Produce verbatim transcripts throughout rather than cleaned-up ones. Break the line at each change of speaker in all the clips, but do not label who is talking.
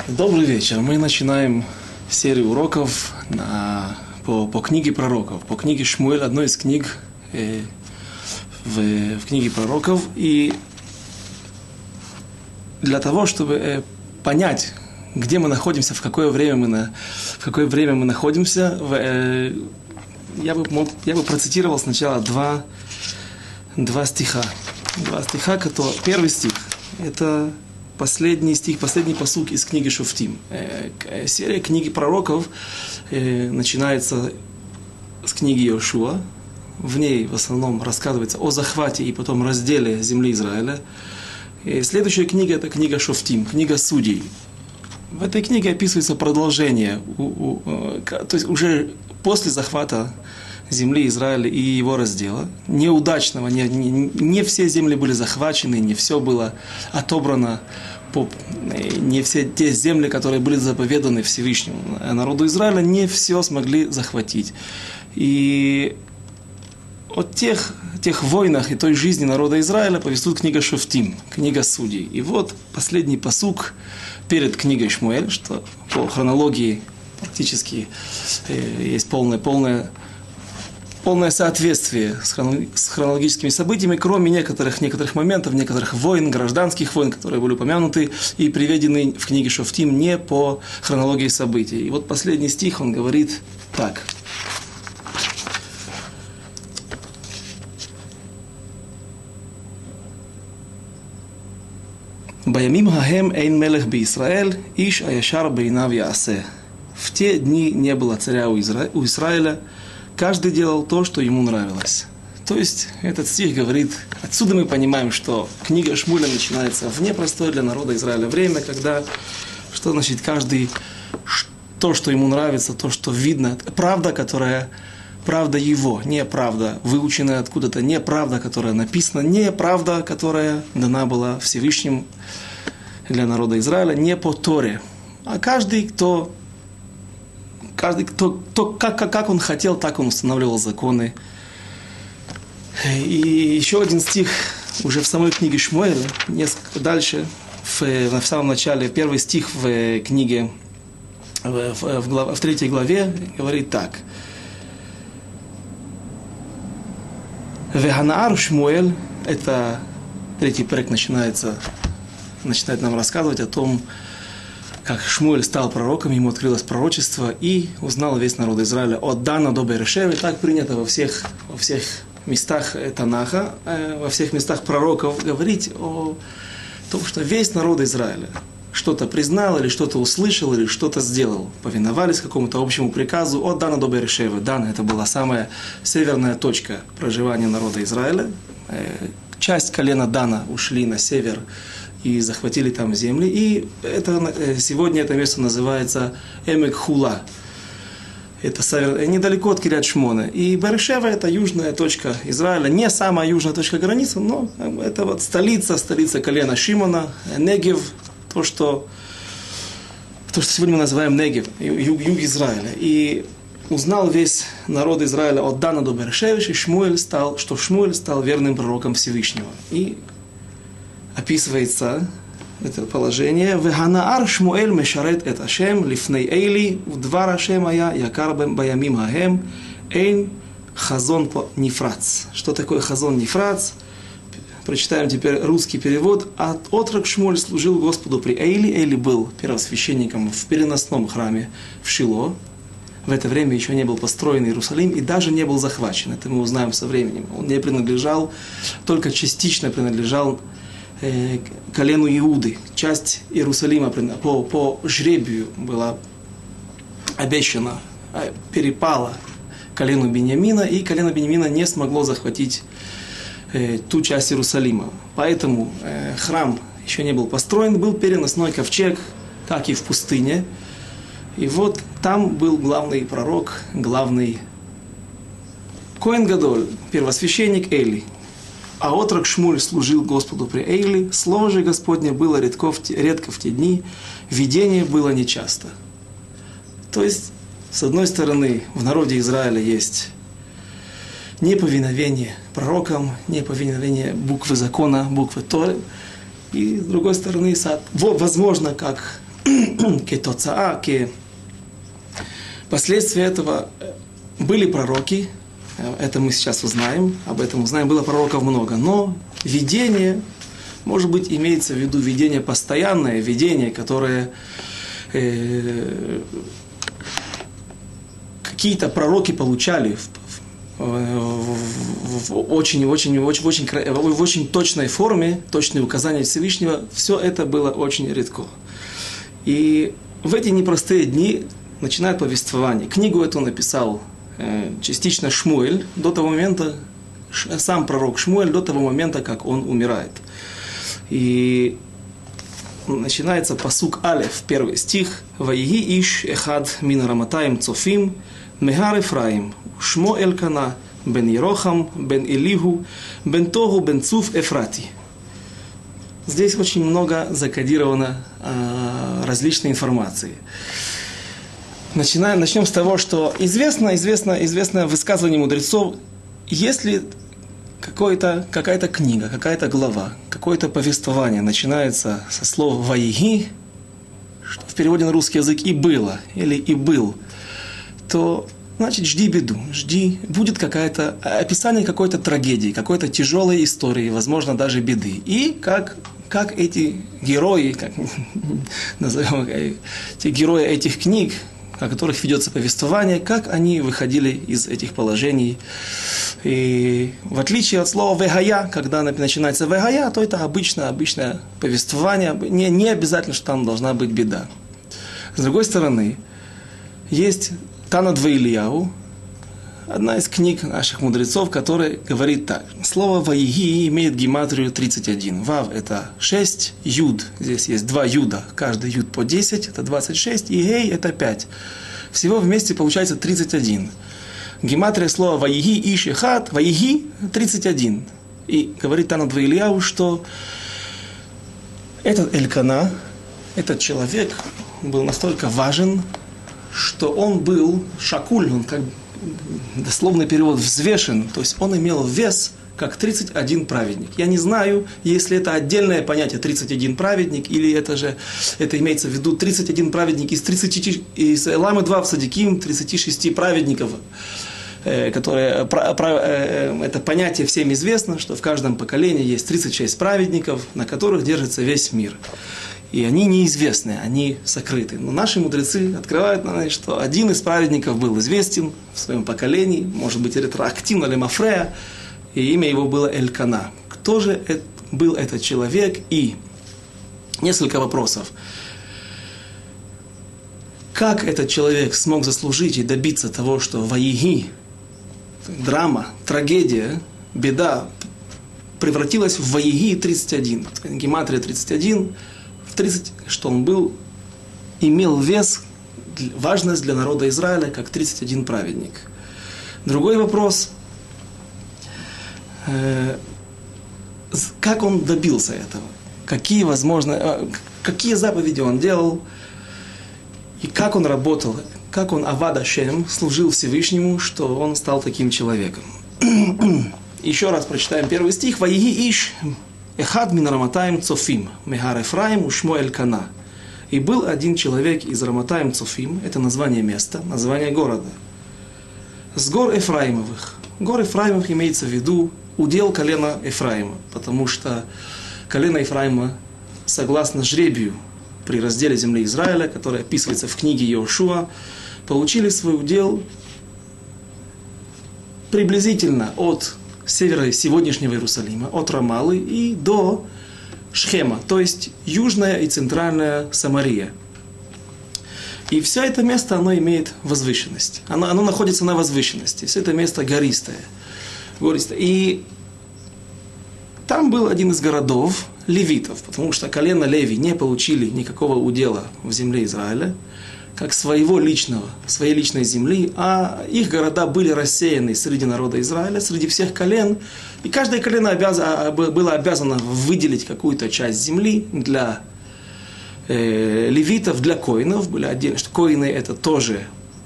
Добрый вечер. Мы начинаем серию уроков на, по, по книге пророков, по книге Шмуэль, одной из книг э, в, в книге пророков. И для того, чтобы э, понять, где мы находимся, в какое время мы, на, в какое время мы находимся, в, э, я, бы, мог, я бы процитировал сначала два, два стиха. Два стиха, которые, первый стих – это последний стих, последний пасук из книги Шофтим. Э, серия книги пророков э, начинается с книги Йошуа. В ней в основном рассказывается о захвате и потом разделе земли Израиля. И следующая книга – это книга Шофтим, книга судей. В этой книге описывается продолжение, у, у, то есть уже после захвата земли Израиля и его раздела, неудачного, не, не, не все земли были захвачены, не все было отобрано, по, не все те земли, которые были заповеданы Всевышнему народу Израиля, не все смогли захватить. И о тех, тех войнах и той жизни народа Израиля повествует книга Шофтим, книга судей. И вот последний пасук перед книгой Шмуэль, что по хронологии практически э, есть полное, полное полное соответствие с хронологическими событиями, кроме некоторых, некоторых моментов, некоторых войн, гражданских войн, которые были упомянуты и приведены в книге Шофтим не по хронологии событий. И вот последний стих, он говорит так. «Баямим хаэм эйн мелех би-Исраэль, иш аяшар бейнав яасе». В те дни не было царя у, Изра... у Израиля, каждый делал то, что ему нравилось. То есть этот стих говорит, отсюда мы понимаем, что книга Шмуэля начинается в непростое для народа Израиля время, когда, что значит, каждый, то, что ему нравится, то, что видно, правда, которая, правда его, не правда, выученная откуда-то, не правда, которая написана, не правда, которая дана была Всевышним для народа Израиля, не по Торе. А каждый, кто Каждый, кто, кто как, как, как он хотел, так он устанавливал законы. И еще один стих уже в самой книге Шмуэля, несколько дальше, в, в самом начале, первый стих в книге, в, в, в, глав, в третьей главе, говорит так. «Веханаар Шмуэль», это третий проект начинается, начинает нам рассказывать о том, как Шмуэль стал пророком, ему открылось пророчество, и узнал весь народ Израиля от Дана до Берешевы. Так принято во всех, во всех местах Танаха, во всех местах пророков говорить о том, что весь народ Израиля что-то признал, или что-то услышал, или что-то сделал. Повиновались какому-то общему приказу от Дана до Берешевы. Дан – это была самая северная точка проживания народа Израиля. Часть колена Дана ушли на север и захватили там земли. И это, сегодня это место называется Эмек Хула. Это север, недалеко от Кирьят-Шмона. И Берешева – это южная точка Израиля. Не самая южная точка границы, но это вот столица, столица колена Шимона, Негев, то, что, то, что сегодня мы называем Негев, юг, юг Израиля. И узнал весь народ Израиля от Дана до Берешевы, и Шмуэль стал, что Шмуэль стал верным пророком Всевышнего. И описывается это положение. «Веханаар Шмуэль мешарет эт Ашем лифней эйли, вдвар Ашем ая якар баямим хаэм, эйн хазон нифрац». Что такое хазон нифрац? Прочитаем теперь русский перевод. «От отрок Шмуэль служил Господу при Эйли». Эйли был первосвященником в переносном храме в Шило. В это время еще не был построен Иерусалим и даже не был захвачен. Это мы узнаем со временем. Он не принадлежал, только частично принадлежал э, колену Иуды. Часть Иерусалима по, по жребию была обещана, перепала колену Беньямина, и колено Беньямина не смогло захватить э, ту часть Иерусалима. Поэтому э, храм еще не был построен, был переносной ковчег, как и в пустыне. И вот там был главный пророк, главный Коэн Гадоль, первосвященник Эйли. А отрок Шмуэль служил Господу при Эйли. Слово же Господне было редко в, те, редко в те дни, видение было нечасто. То есть, с одной стороны, в народе Израиля есть неповиновение пророкам, неповиновение буквы закона, буквы Торы. И, с другой стороны, возможно, как кетоцаа, ке... Последствия этого были пророки, это мы сейчас узнаем, об этом узнаем, было пророков много, но видение, может быть, имеется в виду видение постоянное, видение, которое э, какие-то пророки получали в, в, в очень-очень очень, очень, в очень точной форме, точные указания Всевышнего, все это было очень редко. И в эти непростые дни начинает повествование. Книгу эту написал э, частично Шмуэль до того момента, ш, сам пророк Шмуэль до того момента, как он умирает. И начинается пасук Алеф, первый стих. «Ваиги иш эхад мин раматаим цофим мегар Эфраим, шмо Элькана, бен Ерохам, бен Элиху, бен Тогу, бен Цуф Эфрати». Здесь очень много закодировано э, различной информации. Начинаем, начнем с того, что известно, известно, известное высказывание мудрецов, если какой-то, какая-то книга, какая-то глава, какое-то повествование начинается со слов «ваиги», что в переводе на русский язык «и было» или «и был», то, значит, жди беду, жди, будет какая-то, описание какой-то трагедии, какой-то тяжелой истории, возможно, даже беды. И как, как эти герои, как назовем, эти герои этих книг, о которых ведется повествование, как они выходили из этих положений. И в отличие от слова «вегая», когда начинается «вегая», то это обычное, обычное повествование, не, не обязательно, что там должна быть беда. С другой стороны, есть Танат Ваильяу, одна из книг наших мудрецов, которая говорит так. Слово «ваиги» имеет гематрию тридцать один. Вав – это шесть, юд, здесь есть два юда, каждый юд по десять, это двадцать шесть, и гей – это пять. Всего вместе получается тридцать один. Гематрия слова «ваиги» и «шехат», «ваиги» – тридцать один. И говорит Танат Ваильяу, что этот Элькана, этот человек был настолько важен, что он был шакуль, он как дословный перевод взвешен, то есть он имел вес как тридцать один праведник. Я не знаю, если это отдельное понятие тридцать один праведник, или это же, это имеется в виду тридцать один праведник из тридцати, из Ламы два в Садиким, тридцати шести праведников, э, которые, про, про, э, это понятие всем известно, что в каждом поколении есть тридцать шесть праведников, на которых держится весь мир. И они неизвестны, они сокрыты. Но наши мудрецы открывают нам, что один из праведников был известен в своем поколении, может быть, ретроактивно или Мафрея, и имя его было Элькана. Кто же это, был этот человек? И несколько вопросов. Как этот человек смог заслужить и добиться того, что ваиги, драма, трагедия, беда, превратилась в ваиги тридцать один, гематрия тридцать один, тридцать, что он был, имел вес, важность для народа Израиля, как тридцать один праведник. Другой вопрос, э, как он добился этого? Какие, возможно, э, какие заповеди он делал? И как он работал? Как он, Авад Ашем, служил Всевышнему, что он стал таким человеком? Еще раз прочитаем первый стих. «Ваиги иш эхад мин раматаим цофим, мегар Эфраим ушмо Элькана». И был один человек из Раматаим Цофим, это название места, название города, с гор Эфраимовых. Гор Эфраимовых имеется в виду удел колена Эфраима, потому что колено Эфраима, согласно жребию при разделе земли Израиля, который описывается в книге Йошуа, получили свой удел приблизительно от севера сегодняшнего Иерусалима, от Рамалы и до Шхема, то есть южная и центральная Самария. И все это место, оно имеет возвышенность. Оно, оно находится на возвышенности. Все это место гористое. гористое. И там был один из городов левитов, потому что колено Леви не получили никакого удела в земле Израиля, как своего личного, своей личной земли, а их города были рассеяны среди народа Израиля, среди всех колен, и каждое колено обяз... было обязано выделить какую-то часть земли для э, левитов, для коинов, были отдельно, что коины это тоже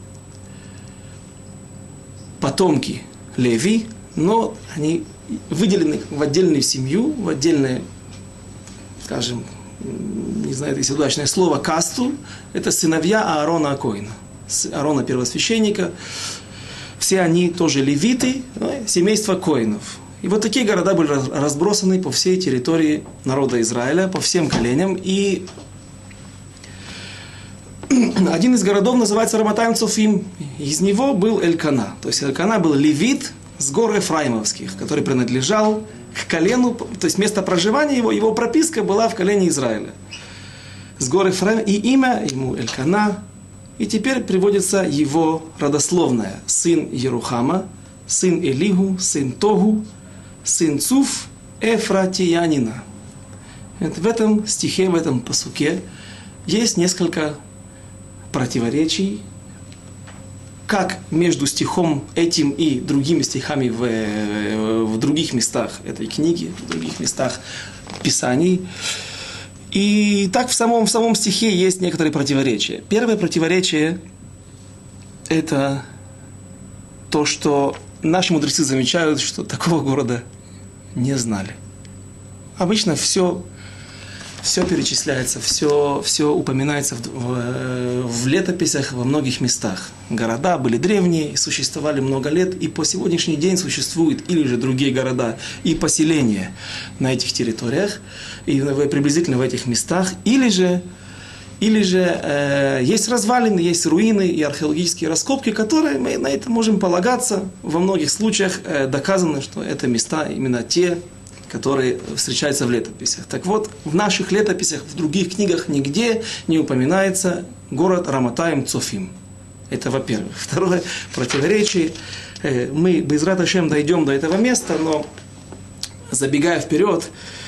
потомки Леви, но они выделены в отдельную семью, в отдельное, скажем, не знаю, если удачное слово, касту, это сыновья Аарона Акоина, Аарона первосвященника. Все они тоже левиты, семейство коинов. И вот такие города были разбросаны по всей территории народа Израиля, по всем коленям. И один из городов называется Раматаим Цофим. Из него был Элькана. То есть Элькана был левит с гор Ефраимовских, который принадлежал к колену, то есть место проживания его, его прописка была в колене Израиля. С гор Ефраим, и имя ему Элькана. И теперь приводится его родословное. Сын Ерухама, сын Элигу, сын Тогу, сын Цуф, Эфратиянина. В этом стихе, в этом пасуке есть несколько противоречий, как между стихом этим и другими стихами в, в других местах этой книги, в других местах Писаний. И так в самом, в самом стихе есть некоторые противоречия. Первое противоречие – это то, что наши мудрецы замечают, что такого города не знали. Обычно все, все перечисляется, все, все упоминается в, в, в летописях во многих местах. Города были древние, существовали много лет, и по сегодняшний день существуют или же другие города и поселения на этих территориях, и приблизительно в этих местах, или же, или же э, есть развалины, есть руины и археологические раскопки, которые мы на это можем полагаться. Во многих случаях э, доказано, что это места именно те, которые встречаются в летописях. Так вот, в наших летописях, в других книгах нигде не упоминается город Раматаим Цофим. Это во-первых. Второе противоречие. Э, мы без Рат Ашем дойдем до этого места, но забегая вперед,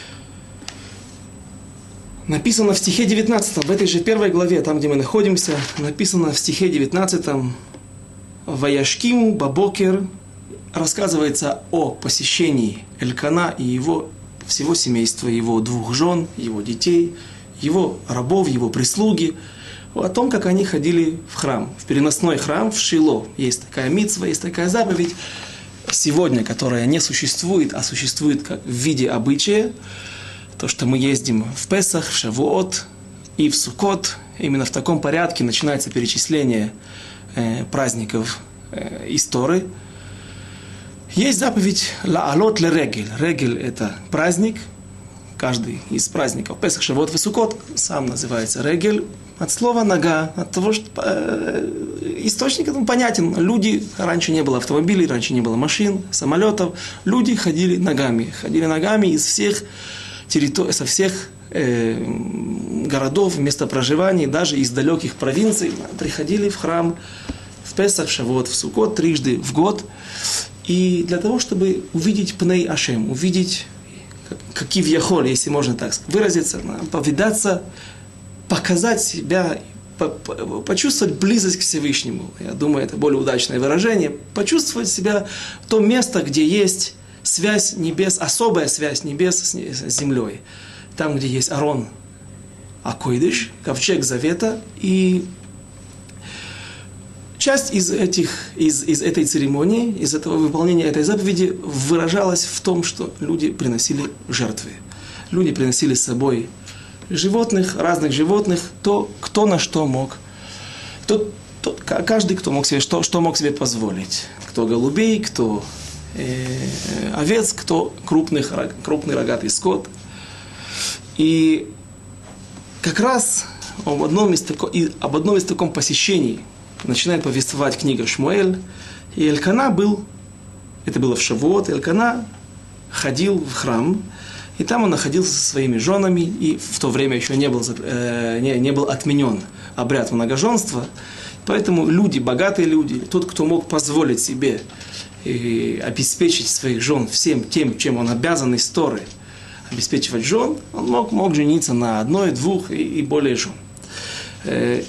написано в стихе девятнадцатом, в этой же первой главе, там, где мы находимся, написано в стихе девятнадцатом «Ваяшкиму бабокер», рассказывается о посещении Элькана и его всего семейства, его двух жен, его детей, его рабов, его прислуги, о том, как они ходили в храм, в переносной храм, в Шило. Есть такая мицва, есть такая заповедь сегодня, которая не существует, а существует как в виде обычая. То, что мы ездим в Песах, в Шавуот и в Суккот, именно в таком порядке начинается перечисление э, праздников э, истории. Есть заповедь «Лаалот ле регель». Регель – это праздник. Каждый из праздников Песах, Шавуот и Суккот сам называется регель. От слова «нога», от того, что э, источник этому понятен. Люди, раньше не было автомобилей, раньше не было машин, самолетов. Люди ходили ногами. Ходили ногами из всех территорий, со всех э, городов, места проживания, даже из далеких провинций. Приходили в храм в Песах, в Шавуот, в Суккот трижды в год. И для того, чтобы увидеть Пней Ашем, увидеть, как кивьяхоль, если можно так выразиться, повидаться, показать себя, почувствовать близость к Всевышнему. Я думаю, это более удачное выражение. Почувствовать себя в том месте, где есть связь небес, особая связь небес с землей. Там, где есть Арон Акойдыш, ковчег завета, и часть из, этих, из, из этой церемонии, из этого выполнения этой заповеди выражалась в том, что люди приносили жертвы. Люди приносили с собой животных, разных животных, то, кто на что мог. То, то, каждый, кто мог себе, что, что мог себе позволить. Кто голубей, кто э, овец, кто крупный, крупный рогатый скот. И как раз об одном из, тако, об одном из таком посещении начинает повествовать книга Шмуэль. И Элькана был, это было в Шавуот, Элькана ходил в храм, и там он находился со своими женами, и в то время еще не был, э, не, не был отменен обряд многоженства. Поэтому люди, богатые люди, тот, кто мог позволить себе э, обеспечить своих жен всем тем, чем он обязан из Торы, обеспечивать жен, он мог, мог жениться на одной, двух и, и более жен. Э,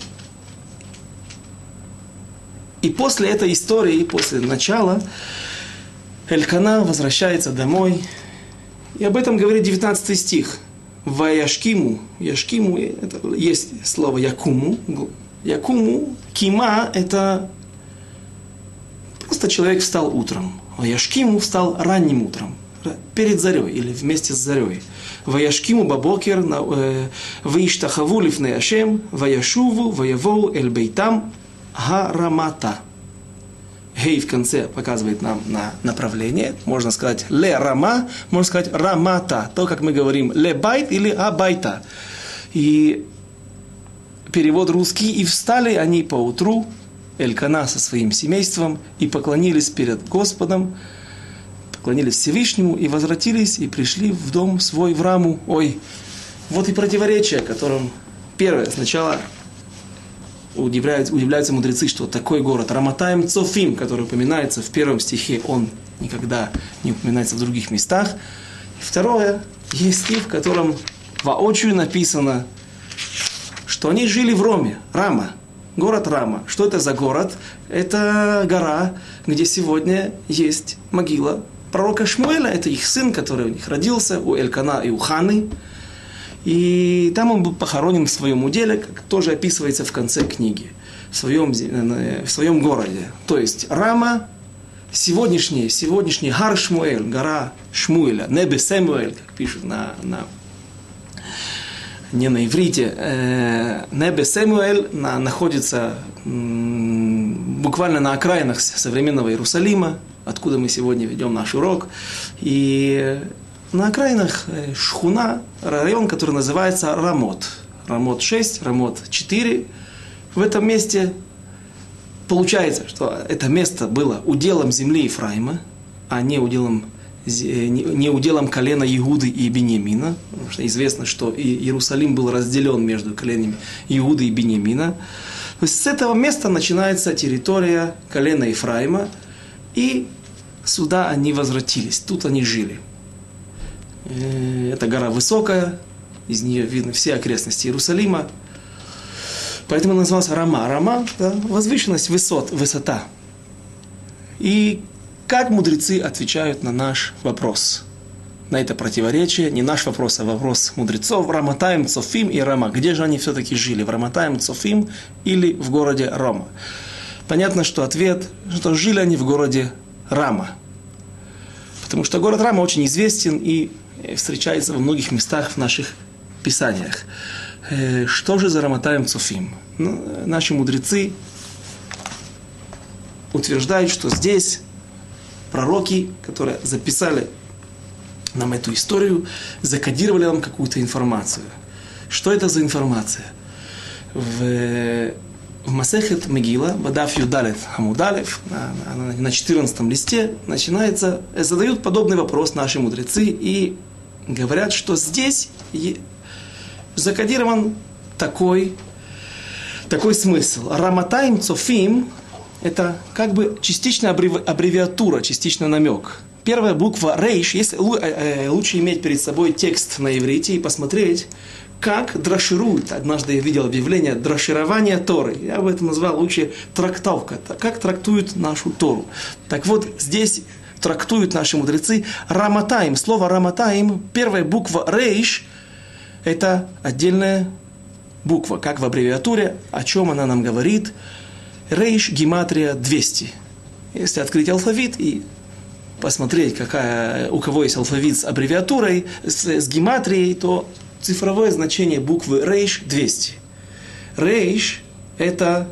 И после этой истории, после начала, Элькана возвращается домой. И об этом говорит девятнадцатый стих. Ваяшкиму. Яшкиму, это есть слово якуму. Якуму, кима, это просто человек встал утром. Ваяшкиму встал ранним утром. перед зарей или вместе с зарей. Ваяшкиму бабокер, ваиштахаву лифней Ашем, ваяшуву, ваявоу эль бейтам гарамата. Гей в конце показывает нам на направление. Можно сказать ле рама, можно сказать рамата. То, как мы говорим ле байт или абайта. И перевод русский. И встали они поутру, Элькана со своим семейством, и поклонились перед Господом, поклонились Всевышнему, и возвратились, и пришли в дом свой, в Раму. Ой, вот и противоречие, которым первое, сначала удивляются, удивляются мудрецы, что такой город Раматаим Цофим, который упоминается в первом стихе, он никогда не упоминается в других местах. И второе, есть стих, в котором воочию написано, что они жили в Роме, Рама, город Рама. Что это за город? Это гора, где сегодня есть могила пророка Шмуэля, это их сын, который у них родился, у Элькана и у Ханы. И там он был похоронен в своем уделе, как тоже описывается в конце книги, в своем, в своем городе. То есть Рама, сегодняшний, сегодняшний Гар Шмуэль, гора Шмуэля, Небе Семуэль, как пишут на, на, не на иврите, э, Небе Семуэль на, находится м, буквально на окраинах современного Иерусалима, откуда мы сегодня ведем наш урок. И на окраинах шхуна, район, который называется Рамот. Рамот шесть, Рамот четыре. В этом месте получается, что это место было уделом земли Ефраима, а не уделом, не уделом колена Иуды и Беньямина. Потому что известно, что Иерусалим был разделен между коленами Иуды и Беньямина. То есть с этого места начинается территория колена Ефраима, и сюда они возвратились, тут они жили. Эта гора высокая, из нее видно все окрестности Иерусалима. Поэтому назывался Рама. Рама, да, возвышенность, высот, высота. И как мудрецы отвечают на наш вопрос? На это противоречие, не наш вопрос, а вопрос мудрецов. Раматаим, Цофим и Рама. Где же они все-таки жили? В Раматаим, Цофим или в городе Рама? Понятно, что ответ, что жили они в городе Рама. Потому что город Рама очень известен и встречается во многих местах в наших писаниях. Что же за Раматаим Цофим? Ну, наши мудрецы утверждают, что здесь пророки, которые записали нам эту историю, закодировали нам какую-то информацию. Что это за информация? В, в Масехет Мегила, Бадаф Юдалет Хамудалев, на, на, на четырнадцатом листе, начинается, задают подобный вопрос наши мудрецы и говорят, что здесь закодирован такой, такой смысл. Раматаим Цофим – это как бы частичная аббревиатура, частичный намек. Первая буква рейш, если лучше иметь перед собой текст на иврите и посмотреть, как драшируют. Однажды я видел объявление драширования Торы. Я бы это назвал лучше трактовка. Как трактуют нашу Тору. Так вот, здесь трактуют наши мудрецы Раматаим. Слово Раматаим, первая буква рейш, это отдельная буква, как в аббревиатуре. О чем она нам говорит? Рейш гематрия двести. Если открыть алфавит и посмотреть, какая, у кого есть алфавит с аббревиатурой, с, с гематрией, то цифровое значение буквы рейш двести. Рейш – это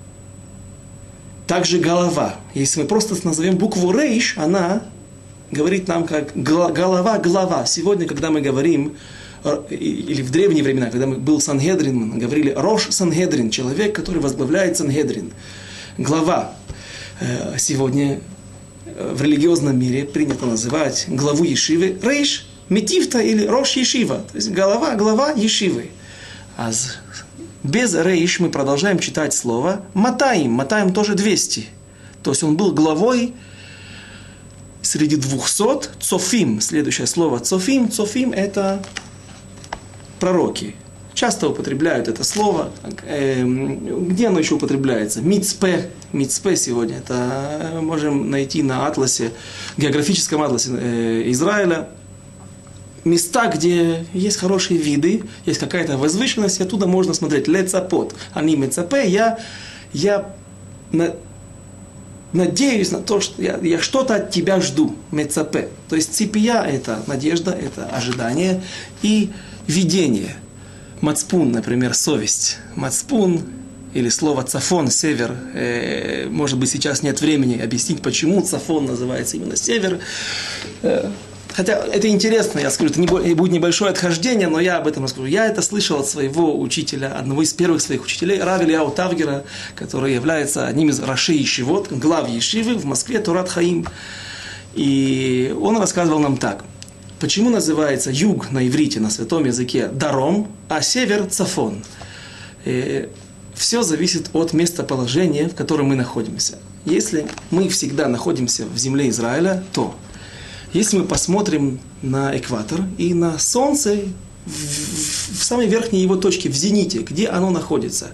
также голова. Если мы просто назовем букву рейш, она говорит нам как голова, глава. Сегодня, когда мы говорим, или в древние времена, когда был Сангедрин, мы говорили Рош Сангедрин, человек, который возглавляет Сангедрин. Глава. Сегодня в религиозном мире принято называть главу Ешивы Рейш Метифта или Рош Ешива. То есть голова, глава Ешивы. А без Рейш мы продолжаем читать слово Матаим. Матаим тоже двести. То есть он был главой среди двухсот Цофим. Следующее слово Цофим. Цофим это пророки. Часто употребляют это слово. Где оно еще употребляется? Мицпе. Мицпе сегодня. Это можем найти на атласе, географическом атласе Израиля. Места, где есть хорошие виды, есть какая-то возвышенность, и оттуда можно смотреть. Лецапот. Они мецапе. Я, я на, надеюсь на то, что я, я что-то от тебя жду, мецапе. То есть ципия – это надежда, это ожидание и видение. Мацпун, например, совесть. Мацпун или слово цафон, север. Э, может быть, сейчас нет времени объяснить, почему цафон называется именно север. Э, хотя это интересно, я скажу, это не будет небольшое отхождение, но я об этом расскажу. Я это слышал от своего учителя, одного из первых своих учителей, Рав Элияу Тавгера, который является одним из рашей ешивот, глав ешивы в Москве, Торат Хаим. И он рассказывал нам так. Почему называется юг на иврите, на святом языке, даром, а север цафон? И все зависит от местоположения, в котором мы находимся. Если мы всегда находимся в земле Израиля, то если мы посмотрим на экватор и на солнце в, в, в самой верхней его точке, в зените, где оно находится,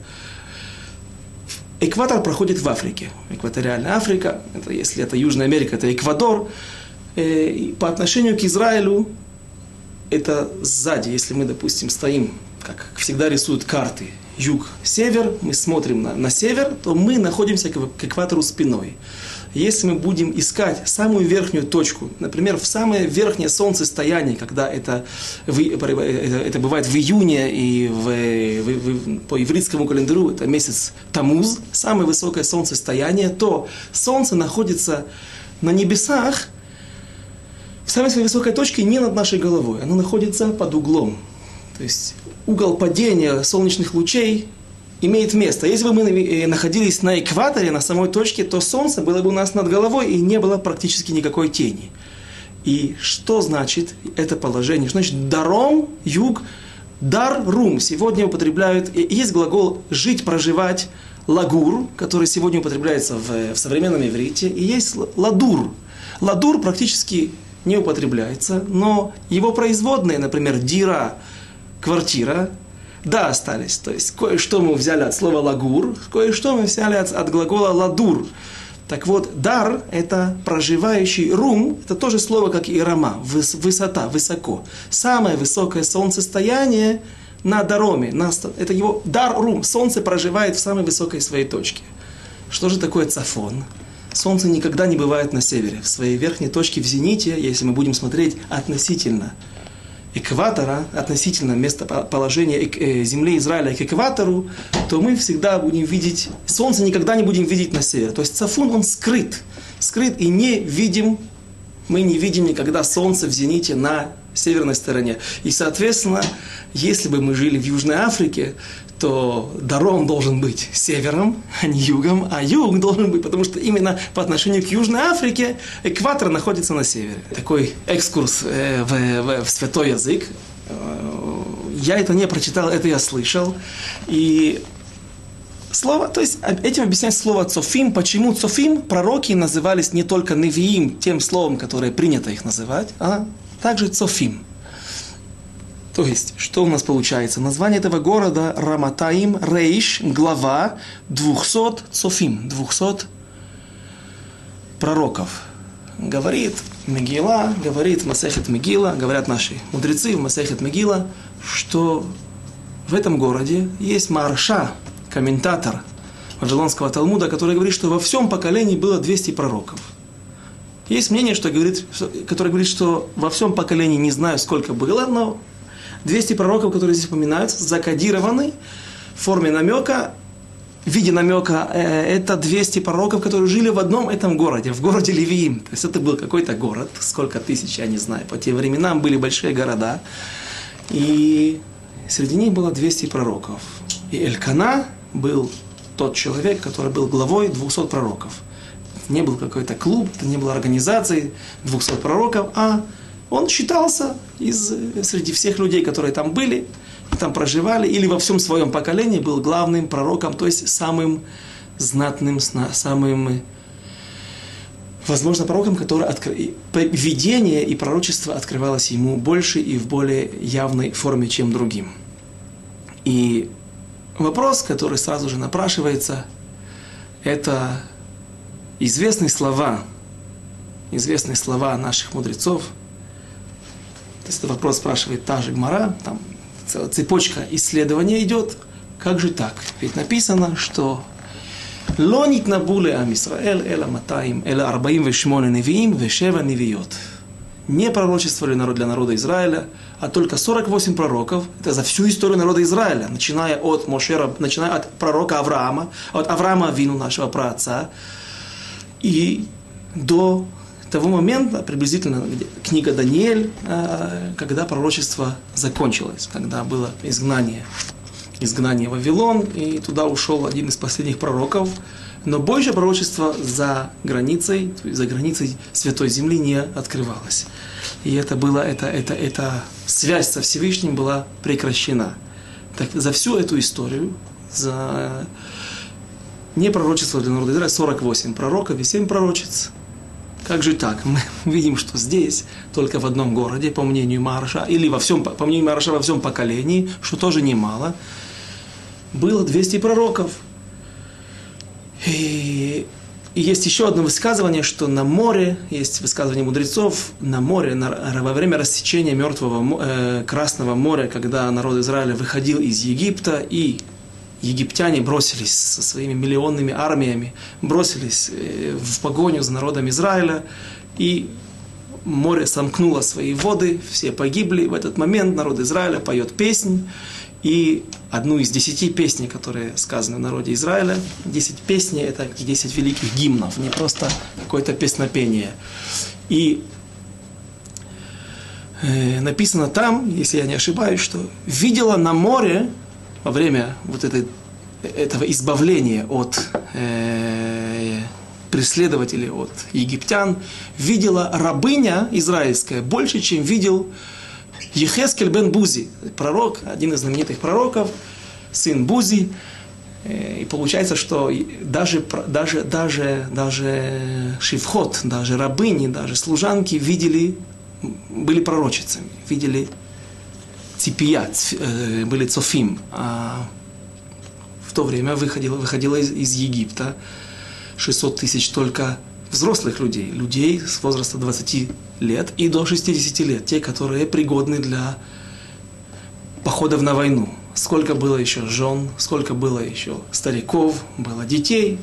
экватор проходит в Африке. Экваториальная Африка, это, если это Южная Америка, это Эквадор. И по отношению к Израилю, это сзади, если мы, допустим, стоим, как всегда рисуют карты, юг-север, мы смотрим на, на север, то мы находимся к, к экватору спиной. Если мы будем искать самую верхнюю точку, например, в самое верхнее солнцестояние, когда это, это, это бывает в июне и в, в, в, по ивритскому календарю, это месяц Тамуз, самое высокое солнцестояние, то солнце находится на небесах, в самой своей высокой точке не над нашей головой, оно находится под углом. То есть угол падения солнечных лучей имеет место. Если бы мы находились на экваторе, на самой точке, то солнце было бы у нас над головой и не было практически никакой тени. И что значит это положение? Что значит даром, юг, дар-рум? Сегодня употребляют, есть глагол жить, проживать, лагур, который сегодня употребляется в, в современном иврите, и есть ладур. Ладур практически не употребляется, но его производные, например, дира, квартира, да, остались. То есть кое-что мы взяли от слова лагур, кое-что мы взяли от, от глагола ладур. Так вот, дар – это проживающий, рум – это тоже слово, как и рама, выс, высота, высоко. Самое высокое солнцестояние на дароме, на, это его дар, рум, солнце проживает в самой высокой своей точке. Что же такое цафон? Солнце никогда не бывает на севере. В своей верхней точке в зените, если мы будем смотреть относительно экватора, относительно местоположения земли Израиля к экватору, то мы всегда будем видеть, солнце никогда не будем видеть на севере. То есть цафун, он скрыт, скрыт и не видим, мы не видим никогда солнце в зените на северной стороне. И, соответственно, если бы мы жили в Южной Африке, то даром должен быть севером, а не югом, а юг должен быть, потому что именно по отношению к Южной Африке экватор находится на севере. Такой экскурс э, в, в, в святой язык. Э, я это не прочитал, это я слышал. И слово, то есть этим объясняется слово цофим. Почему цофим? Пророки назывались не только невиим, тем словом, которое принято их называть, а также цофим. То есть, что у нас получается? Название этого города Раматаим, Рейш, глава двухсот цофим, двухсот пророков. Говорит Мегила, говорит Масехет Мегила, говорят наши мудрецы в Масехет Мегила, что в этом городе есть Марша, комментатор Вавилонского Талмуда, который говорит, что во всем поколении было двести пророков. Есть мнение, что говорит, которое говорит, что во всем поколении не знаю, сколько было, но двести пророков, которые здесь упоминаются, закодированы в форме намека, в виде намека, э, это двести пророков, которые жили в одном этом городе, в городе Левиим. То есть это был какой-то город, сколько тысяч, я не знаю, по тем временам были большие города, и среди них было двести пророков. И Элькана был тот человек, который был главой двухсот пророков. Не был какой-то клуб, это не было организации двухсот пророков, а он считался из, среди всех людей, которые там были, там проживали, или во всем своем поколении был главным пророком, то есть самым знатным, самым, возможно, пророком, который откр... видение и пророчество открывалось ему больше и в более явной форме, чем другим. И вопрос, который сразу же напрашивается, это известные слова, известные слова наших мудрецов. То есть, этот вопрос спрашивает та же Гмара, там целая цепочка исследования идет. Как же так? Ведь написано, что לא נתנבאו לעם ישראל, אלא מאתיים, אלא ארבעים ושמונה נביאים ושבע נביאות. Не пророчествовали народ для народа Израиля, а только сорок восемь пророков. Это за всю историю народа Израиля, начиная от Мошера, начиная от пророка Авраама, от Авраама Авину, нашего праотца, и до того момента, приблизительно книга Даниэль, когда пророчество закончилось, когда было изгнание, изгнание в Вавилон, и туда ушел один из последних пророков. Но больше пророчества за границей, за границей Святой Земли не открывалось. И это было, это, это, эта связь со Всевышним была прекращена. Так, за всю эту историю, за не пророчество для народа Израиля, сорок восемь пророков и семь пророчиц. Как же так? Мы видим, что здесь, только в одном городе, по мнению Мараша, или во всем, по мнению Мараша, во всем поколении, что тоже немало, было двести пророков. И, и есть еще одно высказывание, что на море, есть высказывание мудрецов, на море, на, во время рассечения мертвого э, Красного моря, когда народ Израиля выходил из Египта, и египтяне бросились со своими миллионными армиями, бросились э, в погоню за народом Израиля, и море сомкнуло свои воды, все погибли. В этот момент народ Израиля поет песнь, и одну из десяти песней, которые сказаны в народе Израиля, десять песней – это десять великих гимнов, не просто какое-то песнопение. И э, написано там, если я не ошибаюсь, что видела на море во время вот этой, этого избавления от э, преследователей, от египтян, видела рабыня израильская больше, чем видел Ехескель бен Бузи, пророк, один из знаменитых пророков, сын Бузи. И получается, что даже, даже, даже, даже Шивхот, даже рабыни, даже служанки видели, были пророчицами, видели ципия, были цофим. А в то время выходило, выходило из, из Египта шестьсот тысяч только взрослых людей, людей с возраста двадцати лет и до шестидесяти лет, те, которые пригодны для походов на войну. Сколько было еще жен, сколько было еще стариков, было детей,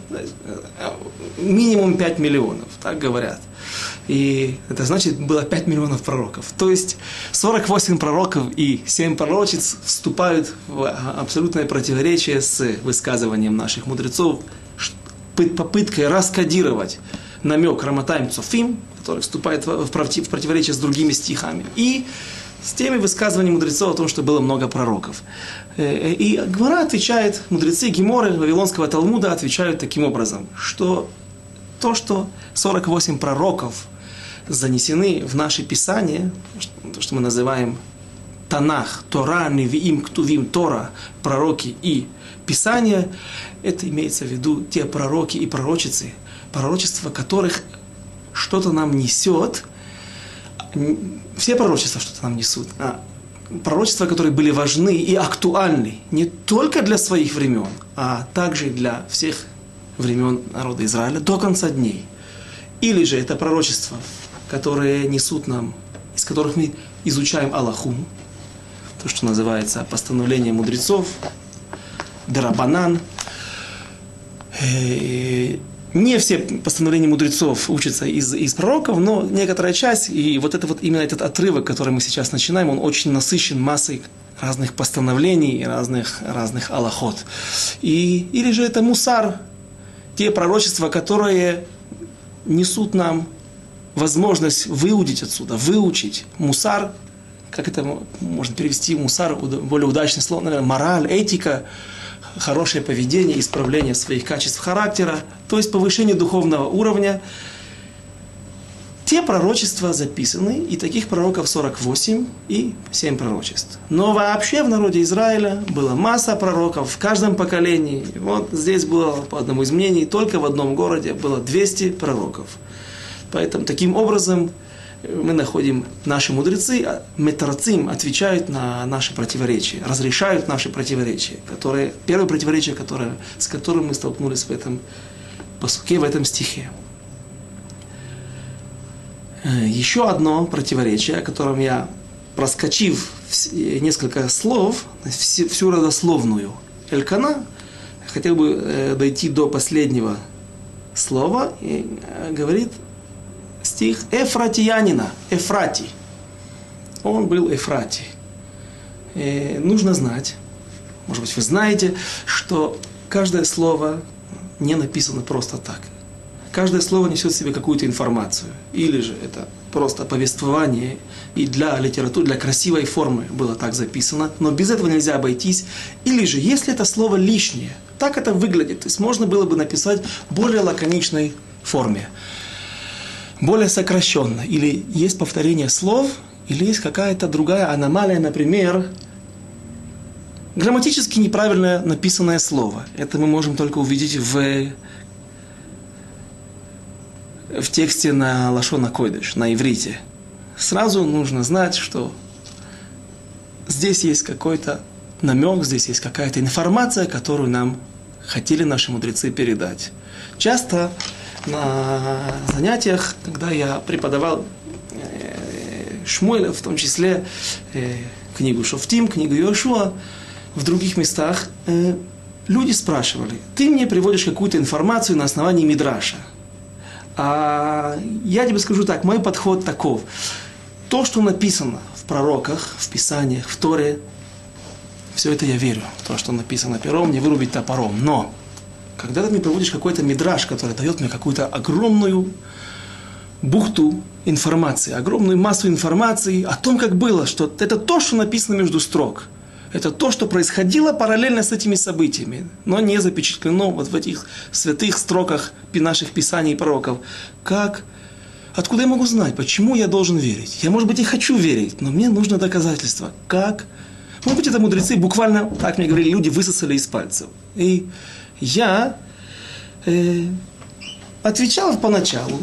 минимум пять миллионов, так говорят. И это значит, было пять миллионов пророков. То есть сорок восемь пророков и семь пророчиц вступают в абсолютное противоречие с высказыванием наших мудрецов, попыткой раскодировать намек Раматаим Цофим, который вступает в противоречие с другими стихами, и с теми высказываниями мудрецов о том, что было много пророков. И Гемара отвечает, мудрецы Геморы Вавилонского Талмуда отвечают таким образом, что то, что сорок восемь пророков занесены в наши Писания, то, что мы называем Танах, Тора, Невиим, Ктувим, Тора, пророки и Писания, это имеется в виду те пророки и пророчицы, пророчество которых что-то нам несет. Все пророчества что-то нам несут, а пророчества, которые были важны и актуальны не только для своих времен, а также для всех времен народа Израиля до конца дней. Или же это пророчества, которые несут нам, из которых мы изучаем Аллаху, то, что называется постановление мудрецов, Дарабанан. Не все постановления мудрецов учатся из, из пророков, но некоторая часть, и вот, это вот именно этот отрывок, который мы сейчас начинаем, он очень насыщен массой разных постановлений, разных, разных алахот. И, или же это мусар, те пророчества, которые несут нам возможность выудить отсюда, выучить мусар, как это можно перевести, мусар, более удачное слово, наверное, мораль, этика, хорошее поведение, исправление своих качеств характера, то есть повышение духовного уровня. Те пророчества записаны, и таких пророков сорок восемь и семь пророчеств. Но вообще в народе Израиля была масса пророков в каждом поколении. Вот здесь было, по одному из мнений, только в одном городе было двести пророков. Поэтому таким образом мы находим, наши мудрецы, метарцим, отвечают на наши противоречия, разрешают наши противоречия, которые, первое противоречие, которое, с которым мы столкнулись в этом пасуке, в этом стихе. Еще одно противоречие, о котором я, проскочив несколько слов, всю родословную Элькана, хотел бы э, дойти до последнего слова, и э, говорит стих Эфратиянина, Эфрати. Он был Эфрати. И нужно знать, может быть, вы знаете, что каждое слово не написано просто так. Каждое слово несет в себе какую-то информацию. Или же это просто повествование, и для литературы, для красивой формы было так записано, но без этого нельзя обойтись. Или же, если это слово лишнее, так это выглядит, то есть можно было бы написать в более лаконичной форме, более сокращенно. Или есть повторение слов, или есть какая-то другая аномалия, например, грамматически неправильно написанное слово. Это мы можем только увидеть в, в тексте на лашон а-койдеш, на иврите. Сразу нужно знать, что здесь есть какой-то намек, здесь есть какая-то информация, которую нам хотели наши мудрецы передать. Часто на занятиях, когда я преподавал Шмуэля, в том числе э, книгу Шофтим, книгу Йошуа, в других местах, э, люди спрашивали: ты мне приводишь какую-то информацию на основании Мидраша. А я тебе скажу так, мой подход таков. То, что написано в пророках, в Писаниях, в Торе, все это я верю. То, что написано пером, не вырубить топором. Но, когда ты мне приводишь какой-то Мидраш, который дает мне какую-то огромную бухту информации, огромную массу информации о том, как было, что это то, что написано между строк. Это то, что происходило параллельно с этими событиями, но не запечатлено вот в этих святых строках наших писаний и пророков. Как? Откуда я могу знать? Почему я должен верить? Я, может быть, и хочу верить, но мне нужно доказательство. Как? Может быть, это мудрецы буквально, так мне говорили, люди высосали из пальцев. И я э, отвечал поначалу,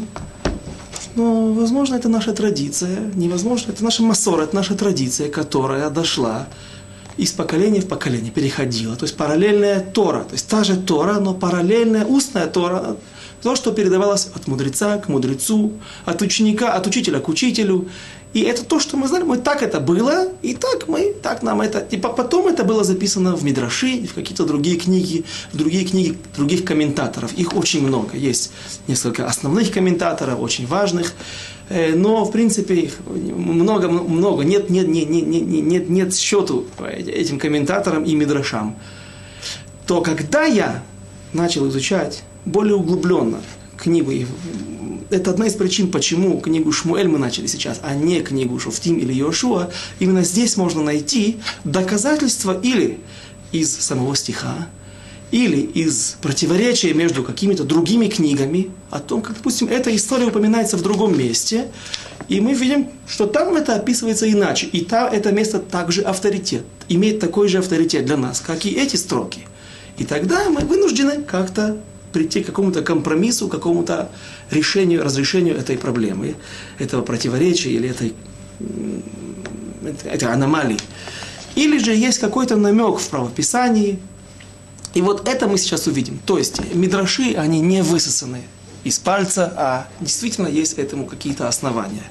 но, возможно, это наша традиция, невозможно, это наша массора, это наша традиция, которая дошла из поколения в поколение, переходила. То есть параллельная Тора, то есть та же Тора, но параллельная устная Тора, то, что передавалось от мудреца к мудрецу, от ученика, от учителя к учителю. И это то, что мы знали, мы так это было, и так мы, так нам это... И потом это было записано в Мидраши, в какие-то другие книги, в другие книги других комментаторов. Их очень много. Есть несколько основных комментаторов, очень важных, но, в принципе, их много-много. Нет, нет, нет, нет, нет, нет, нет счету этим комментаторам и Мидрашам. То когда я начал изучать более углубленно книгу, это одна из причин, почему книгу Шмуэль мы начали сейчас, а не книгу Шофтим или Йошуа. Именно здесь можно найти доказательства или из самого стиха, или из противоречия между какими-то другими книгами, о том, как, допустим, эта история упоминается в другом месте, и мы видим, что там это описывается иначе, и там это место также авторитет, имеет такой же авторитет для нас, как и эти строки. И тогда мы вынуждены как-то прийти к какому-то компромиссу, к какому-то решению, разрешению этой проблемы, этого противоречия или этой, этой аномалии. Или же есть какой-то намек в правописании, и вот это мы сейчас увидим. То есть мидраши, они не высосаны из пальца, а действительно есть этому какие-то основания.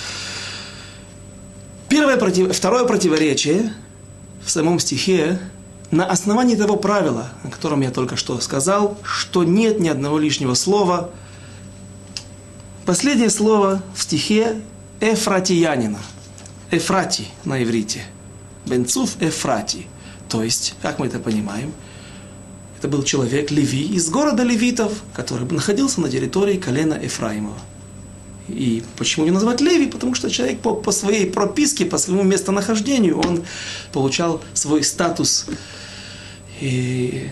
Первое против... Второе противоречие в самом стихе на основании того правила, о котором я только что сказал, что нет ни одного лишнего слова. Последнее слово в стихе Эфратиянина. Эфрати на иврите. Бенцуф Эфрати. То есть, как мы это понимаем, это был человек Леви из города левитов, который находился на территории колена Ефраимова. И почему не назвать Леви? Потому что человек по, по своей прописке, по своему местонахождению, он получал свой статус. И,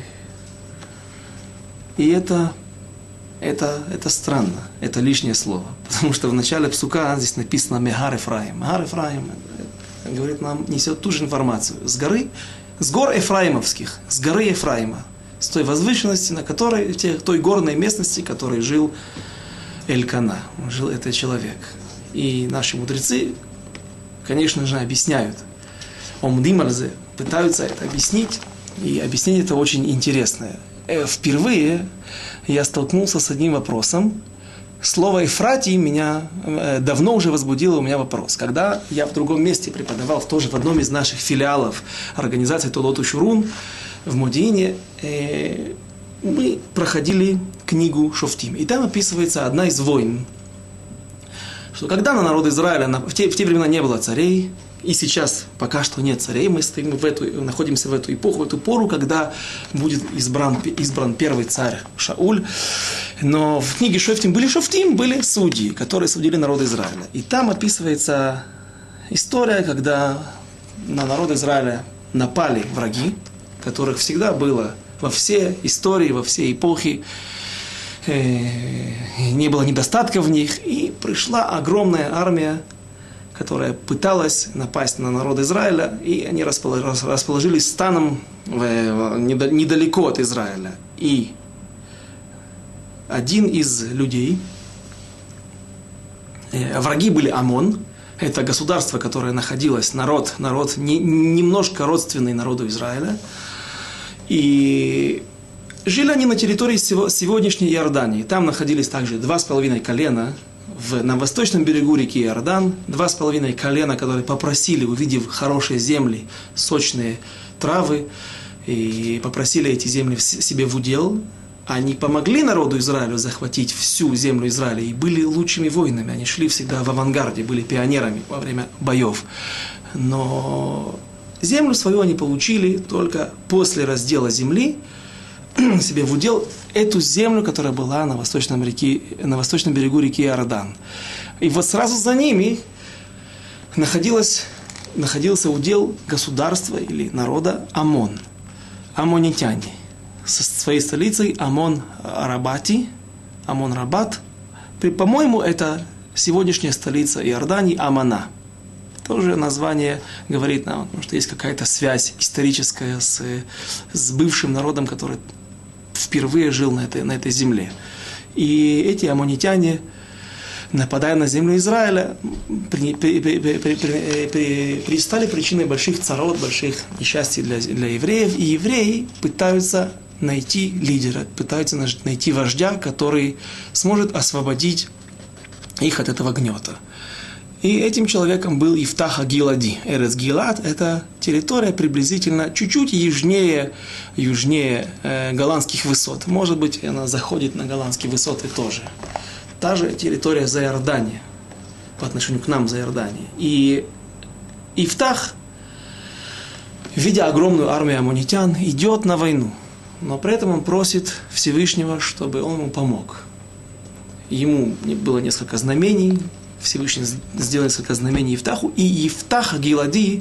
и это, это, это странно, это лишнее слово. Потому что в начале псука здесь написано «Мегар Ефраим». Мегар Ефраим, говорит, нам несет ту же информацию. С горы, с гор Ефраимовских, с горы Ефраима, с той возвышенности, на которой, в той, той горной местности, в которой жил Элькана, жил этот человек. И наши мудрецы, конечно же, объясняют. Омдимальзе пытаются это объяснить, и объяснение это очень интересное. Впервые я столкнулся с одним вопросом. Слово «Эфрати» меня давно уже возбудило у меня вопрос. Когда я в другом месте преподавал, тоже в одном из наших филиалов организации Толот Ушурун, в Модиине, э, мы проходили книгу Шофтим. И там описывается одна из войн, что когда на народ Израиля, в те, в те времена не было царей, и сейчас пока что нет царей, мы стоим в эту, находимся в эту эпоху, в эту пору, когда будет избран, избран первый царь Шауль. Но в книге Шофтим были Шофтим, были судьи, которые судили народ Израиля. И там описывается история, когда на народ Израиля напали враги, которых всегда было во все истории, во все эпохи. Не было недостатка в них, и пришла огромная армия, которая пыталась напасть на народ Израиля, и они расположились станом недалеко от Израиля. И один из людей, враги были Амон, это государство, которое находилось, народ, народ не, немножко родственный народу Израиля, и жили они на территории сегодняшней Иордании. Там находились также два с половиной колена в, на восточном берегу реки Иордан, два с половиной колена, которые попросили, увидев хорошие земли, сочные травы, и попросили эти земли себе в удел. Они помогли народу Израилю захватить всю землю Израиля и были лучшими воинами. Они шли всегда в авангарде, были пионерами во время боев. Но землю свою они получили только после раздела земли, себе в удел эту землю, которая была на восточном, реке, на восточном берегу реки Иордан. И вот сразу за ними находилось, находился удел государства или народа Амон, амонитяне, со своей столицей Амон-Рабати, Амон-Рабат. По-моему, это сегодняшняя столица Иордании, Амана. Тоже название говорит нам, потому что есть какая-то связь историческая с, с бывшим народом, который впервые жил на этой, на этой земле. И эти аммонитяне, нападая на землю Израиля, при, при, при, при, при, при, при, стали причиной больших царот, больших несчастий для, для евреев. И евреи пытаются найти лидера, пытаются найти вождя, который сможет освободить их от этого гнета. И этим человеком был Ифтах ха-Гилади. Эрец Гилад – это территория приблизительно чуть-чуть южнее, южнее э, голландских высот. Может быть, она заходит на голландские высоты тоже. Та же территория за Иорданией, по отношению к нам за Иорданией. И Ифтах, видя огромную армию аммонитян, идет на войну. Но при этом он просит Всевышнего, чтобы он ему помог. Ему было несколько знамений. Всевышний сделал несколько знамений Ифтаху, и Ифтах ха-Гилади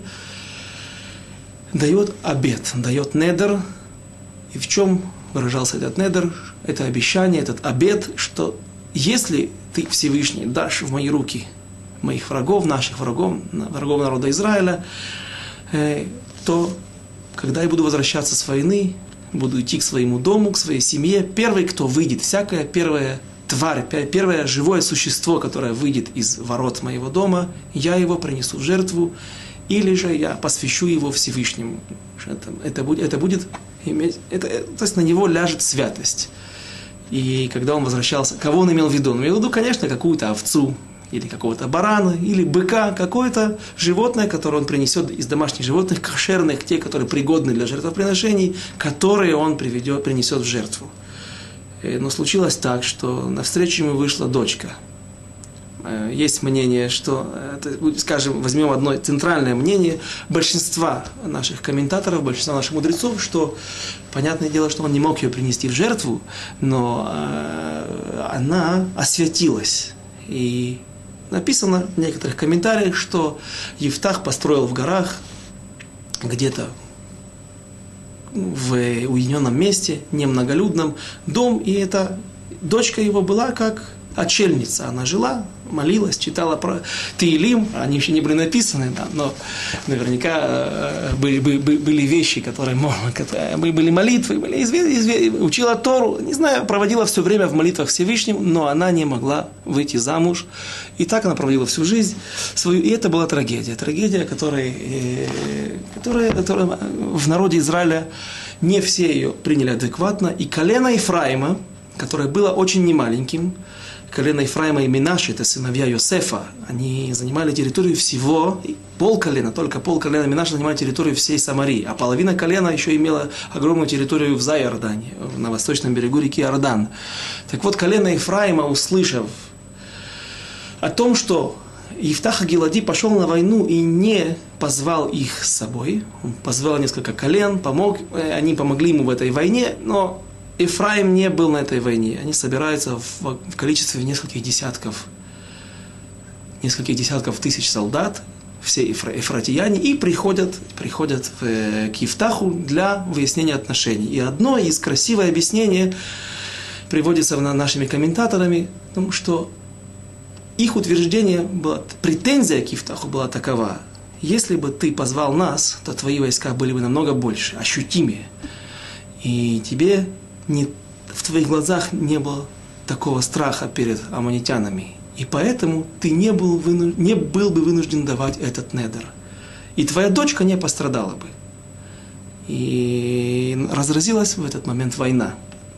дает обет, дает недер. И в чем выражался этот недер? Это обещание, этот обет, что если ты, Всевышний, дашь в мои руки моих врагов, наших врагов, врагов народа Израиля, то, когда я буду возвращаться с войны, буду идти к своему дому, к своей семье, первый, кто выйдет, всякое первое тварь, первое живое существо, которое выйдет из ворот моего дома, я его принесу в жертву, или же я посвящу его Всевышнему. Это, это, будет, это будет иметь, это, то есть на него ляжет святость. И когда он возвращался, кого он имел в виду? Он имел в виду, конечно, какую-то овцу, или какого-то барана, или быка, какое-то животное, которое он принесет из домашних животных, кошерных, те, которые пригодны для жертвоприношений, которые он приведет, принесет в жертву. Но случилось так, что навстречу ему вышла дочка. Есть мнение, что, скажем, возьмем одно центральное мнение большинства наших комментаторов, большинства наших мудрецов, что, понятное дело, что он не мог ее принести в жертву, но она освятилась. И написано в некоторых комментариях, что Ифтах построил в горах, где-то в уединенном месте, немноголюдном, дом, и эта дочка его была как отшельница. Она жила, молилась, читала про Теилим, они еще не были написаны, да, но наверняка э, были, были, были вещи, которые можно, которые, были молитвы, были изве, изве, учила Тору, не знаю, проводила все время в молитвах Всевышнему, но она не могла выйти замуж. И так она проводила всю жизнь свою, и это была трагедия. Трагедия, которая, э, которая, которая в народе Израиля не все ее приняли адекватно. И колено Ефраима, которое было очень немаленьким, колено Ефраима и Минаши, это сыновья Йосефа, они занимали территорию всего, полколена, только полколена Минаши занимали территорию всей Самарии, а половина колена еще имела огромную территорию в Зайордане, на восточном берегу реки Иордан. Так вот, колено Ефраима, услышав о том, что Ифтах ха-Гилади пошел на войну и не позвал их с собой. Он позвал несколько колен, помог, они помогли ему в этой войне, но Ефраим не был на этой войне. Они собираются в, в количестве нескольких десятков, нескольких десятков тысяч солдат, все эфра, эфратияне, и приходят, приходят в, к Ифтаху для выяснения отношений. И одно из красивых объяснений приводится нашими комментаторами, потому что их утверждение было, претензия к Ифтаху была такова: если бы ты позвал нас, то твои войска были бы намного больше, ощутимее. И тебе не, в твоих глазах не было такого страха перед аммонитянами. И поэтому ты не был, выну, не был бы вынужден давать этот недер. И твоя дочка не пострадала бы. И разразилась в этот момент война.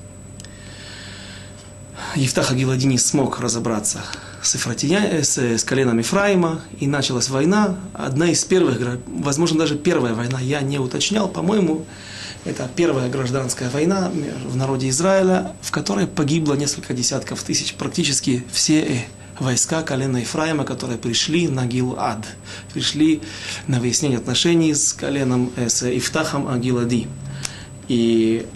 Ифтах ха-Гилади не смог разобраться с, Ефратия, с, с коленом Ефраима, и началась война. Одна из первых, возможно, даже первая война, я не уточнял, по-моему, это первая гражданская война в народе Израиля, в которой погибло несколько десятков тысяч, практически все войска колена Ефраима, которые пришли на Гилад, пришли на выяснение отношений с коленом, с Ифтахом ха-Гилади. И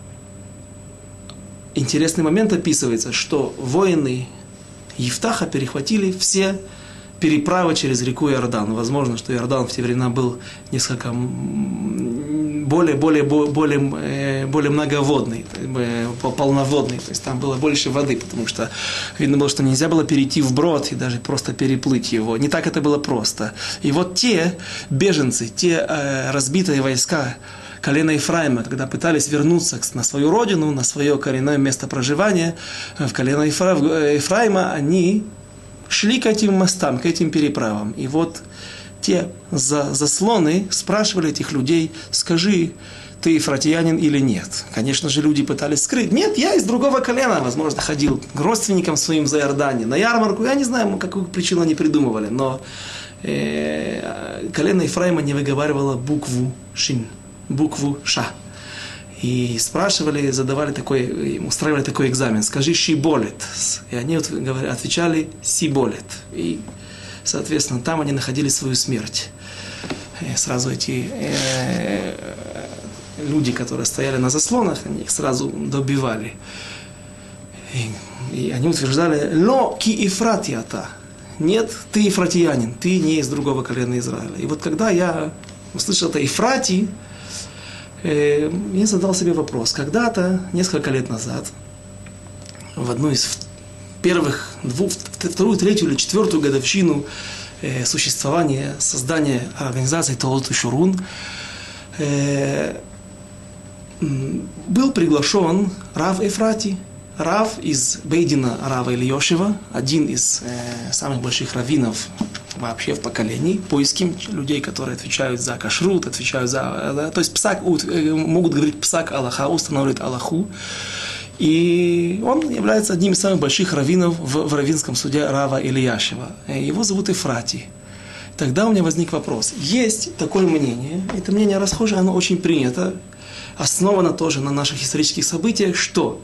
интересный момент описывается, что воины Ифтаха перехватили все переправы через реку Иордан. Возможно, что Иордан в те времена был несколько более, более, более, более многоводный, полноводный. То есть там было больше воды, потому что видно было, что нельзя было перейти вброд и даже просто переплыть его. Не так это было просто. И вот те беженцы, те э, разбитые войска колена Ефраима, когда пытались вернуться на свою родину, на свое коренное место проживания, в колено Ефраима, они шли к этим мостам, к этим переправам. И вот те за заслоны спрашивали этих людей: скажи, ты ефратиянин или нет? Конечно же, люди пытались скрыть: нет, я из другого колена, возможно, ходил к родственникам своим за Иордане, на ярмарку, я не знаю, какую причину они придумывали, но э, колено Ефраима не выговаривало букву «шин», букву «ша». И спрашивали, задавали такой, устраивали такой экзамен: скажи «шиболет». И они отвечали «сиболет». И, соответственно, там они находили свою смерть. И сразу эти э, люди, которые стояли на заслонах, они их сразу добивали. И, и они утверждали: «Ло ки ифратията». Нет, ты ефратиянин, ты не из другого колена Израиля. И вот когда я услышал это «ефрати», я задал себе вопрос. Когда-то, несколько лет назад, в одну из первых, двух, вторую, третью или четвертую годовщину э, существования, создания организации Толдот ха-Шурун, э, был приглашен Рав Ефрати, Рав из Бейдина Рава Ильёшева, один из э, самых больших раввинов вообще в поколении, поиским людей, которые отвечают за кашрут, отвечают за... Да, то есть псак, могут говорить псак Аллаха, устанавливают Аллаху. И он является одним из самых больших раввинов в, в раввинском суде Рава Ильяшева. Его зовут Ефрати. Тогда у меня возник вопрос. Есть такое мнение, это мнение расхожее, оно очень принято, основано тоже на наших исторических событиях, что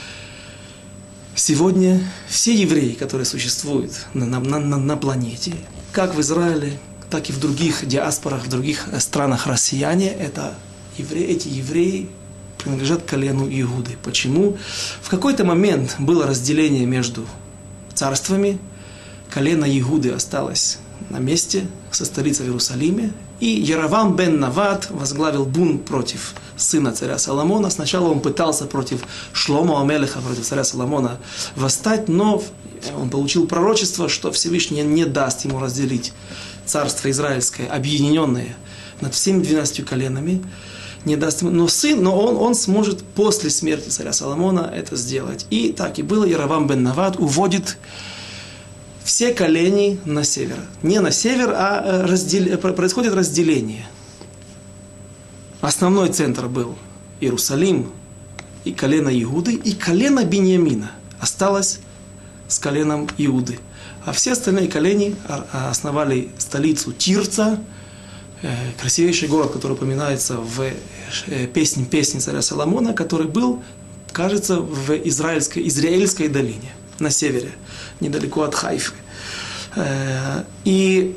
сегодня все евреи, которые существуют на, на, на, на планете, как в Израиле, так и в других диаспорах, в других странах россияне, это евреи, эти евреи принадлежат колену Иуды. Почему? В какой-то момент было разделение между царствами, колено Иуды осталось на месте, со столицей в Иерусалиме, и Яровам бен Нават возглавил бунт против сына царя Соломона. Сначала он пытался против Шломо ха-Мелеха, против царя Соломона восстать, но он получил пророчество, что Всевышний не даст ему разделить царство израильское, объединенное над всеми двенадцатью коленами, не даст ему, но сын, но он, он сможет после смерти царя Соломона это сделать. И так и было. Яровам бен Нават уводит все колени на север. Не на север, а раздел... происходит разделение. Основной центр был Иерусалим и колено Иуды, и колено Биньямина. Осталось с коленом Иуды. А все остальные колени основали столицу Тирца, красивейший город, который упоминается в песне, песне царя Соломона, который был, кажется, в израильской, израильской долине, на севере, недалеко от Хайфы. И,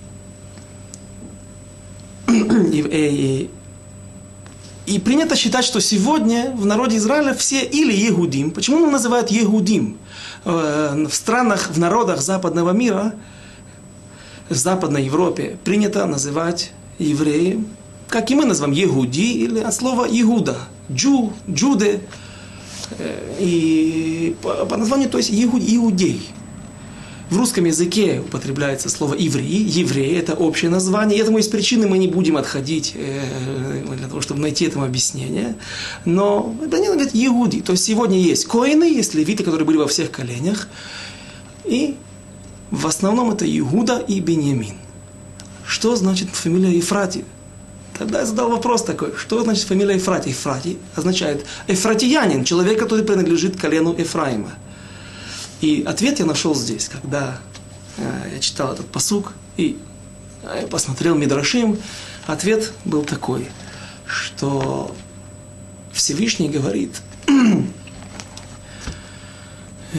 и, и, и принято считать, что сегодня в народе Израиля все или Егудим. Почему его называют Егудим? В странах, в народах западного мира, в Западной Европе принято называть евреи, как и мы называем, Егуди, или от слова Игуда, Джу, Джуде, и по, по названию, то есть Иудей. В русском языке употребляется слово «евреи», «евреи» — это общее название, и этому из причины мы не будем отходить для того, чтобы найти этому объяснение, но это не говорит «егуди», то есть сегодня есть коины, есть левиты, которые были во всех коленях, и в основном это Иуда и Беньямин. Что значит фамилия Ефрати? Тогда я задал вопрос такой, что значит фамилия Ефрати? Ефрати означает эфратиянин, человек, который принадлежит колену Ефраима. И ответ я нашел здесь, когда э, я читал этот пасук и э, посмотрел Мидрашим. Ответ был такой, что Всевышний говорит, э,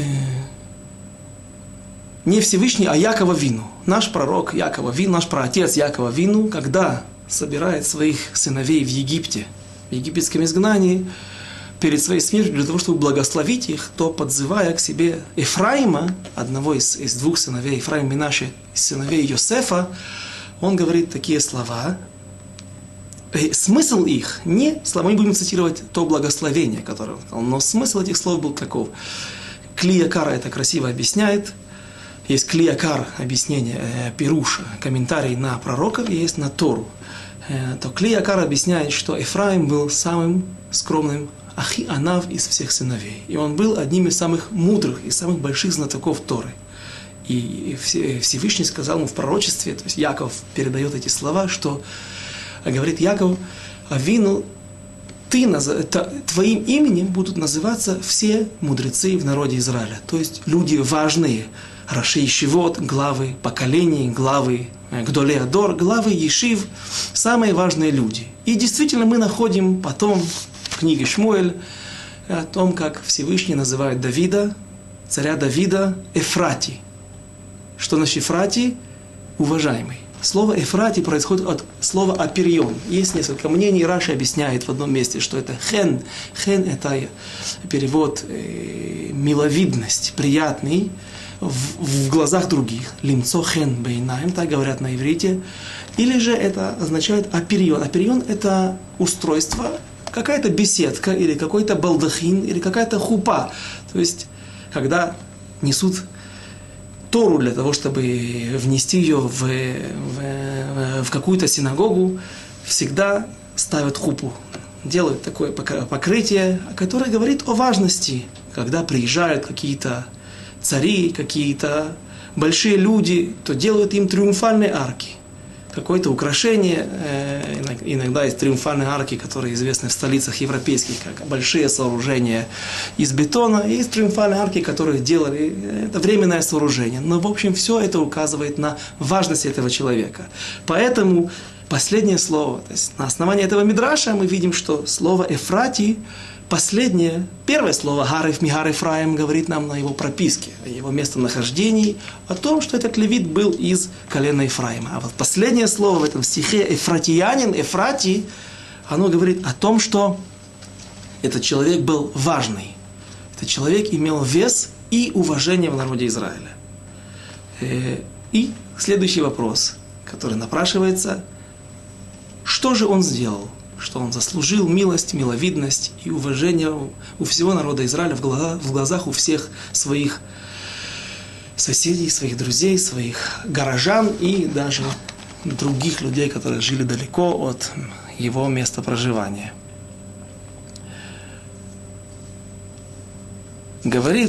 не Всевышний, а Якова Вину. Наш пророк Якова Вину, наш праотец Якова Вину, когда собирает своих сыновей в Египте, в египетском изгнании, перед своей смертью, для того, чтобы благословить их, то, подзывая к себе Ефраима, одного из, из двух сыновей Ефраима Минаше, из сыновей Йосефа, он говорит такие слова. И смысл их, не слова, мы будем цитировать то благословение, которое он сказал, но смысл этих слов был таков. Клиякара это красиво объясняет. Есть Клиякар, объяснение, э, Пируш, комментарий на пророков, и есть на Тору. Э, то Клиякар объясняет, что Ефраим был самым скромным Ахи Анав из всех сыновей. И он был одним из самых мудрых и самых больших знатоков Торы. И Всевышний сказал ему в пророчестве, то есть Яков передает эти слова, что говорит Яков, Авину, ты, твоим именем будут называться все мудрецы в народе Израиля. То есть люди важные, Раши Ешивот, главы поколений, главы Гдолей Адор, главы Ешив, самые важные люди. И действительно мы находим потом в книге Шмуэль о том, как Всевышний называет Давида, царя Давида, Эфрати. Что значит Эфрати? Уважаемый. Слово Эфрати происходит от слова аперион. Есть несколько мнений. Раши объясняет в одном месте, что это хен. Хен – это перевод э, миловидность, приятный в, в глазах других. Лимцо хен бейнаем, так говорят на иврите. Или же это означает аперион. Аперион – это устройство, какая-то беседка, или какой-то балдахин, или какая-то хупа. То есть, когда несут Тору для того, чтобы внести ее в, в, в какую-то синагогу, всегда ставят хупу. Делают такое покрытие, которое говорит о важности. Когда приезжают какие-то цари, какие-то большие люди, то делают им триумфальные арки. Какое-то украшение, иногда есть триумфальные арки, которые известны в столицах европейских, как большие сооружения из бетона, и есть триумфальные арки, которые делали, это временное сооружение. Но, в общем, все это указывает на важность этого человека. Поэтому последнее слово, то есть на основании этого мидраша мы видим, что слово «эфрати», последнее, первое слово «гарев мигар Ефраим» говорит нам на его прописке, о его местонахождении, о том, что этот левит был из колена Ефраима. А вот последнее слово в этом стихе «эфратиянин», «эфрати», оно говорит о том, что этот человек был важный. Этот человек имел вес и уважение в народе Израиля. И следующий вопрос, который напрашивается, что же он сделал? Что он заслужил милость, миловидность и уважение у всего народа Израиля в глазах, в глазах у всех своих соседей, своих друзей, своих горожан и даже других людей, которые жили далеко от его места проживания. Говорит,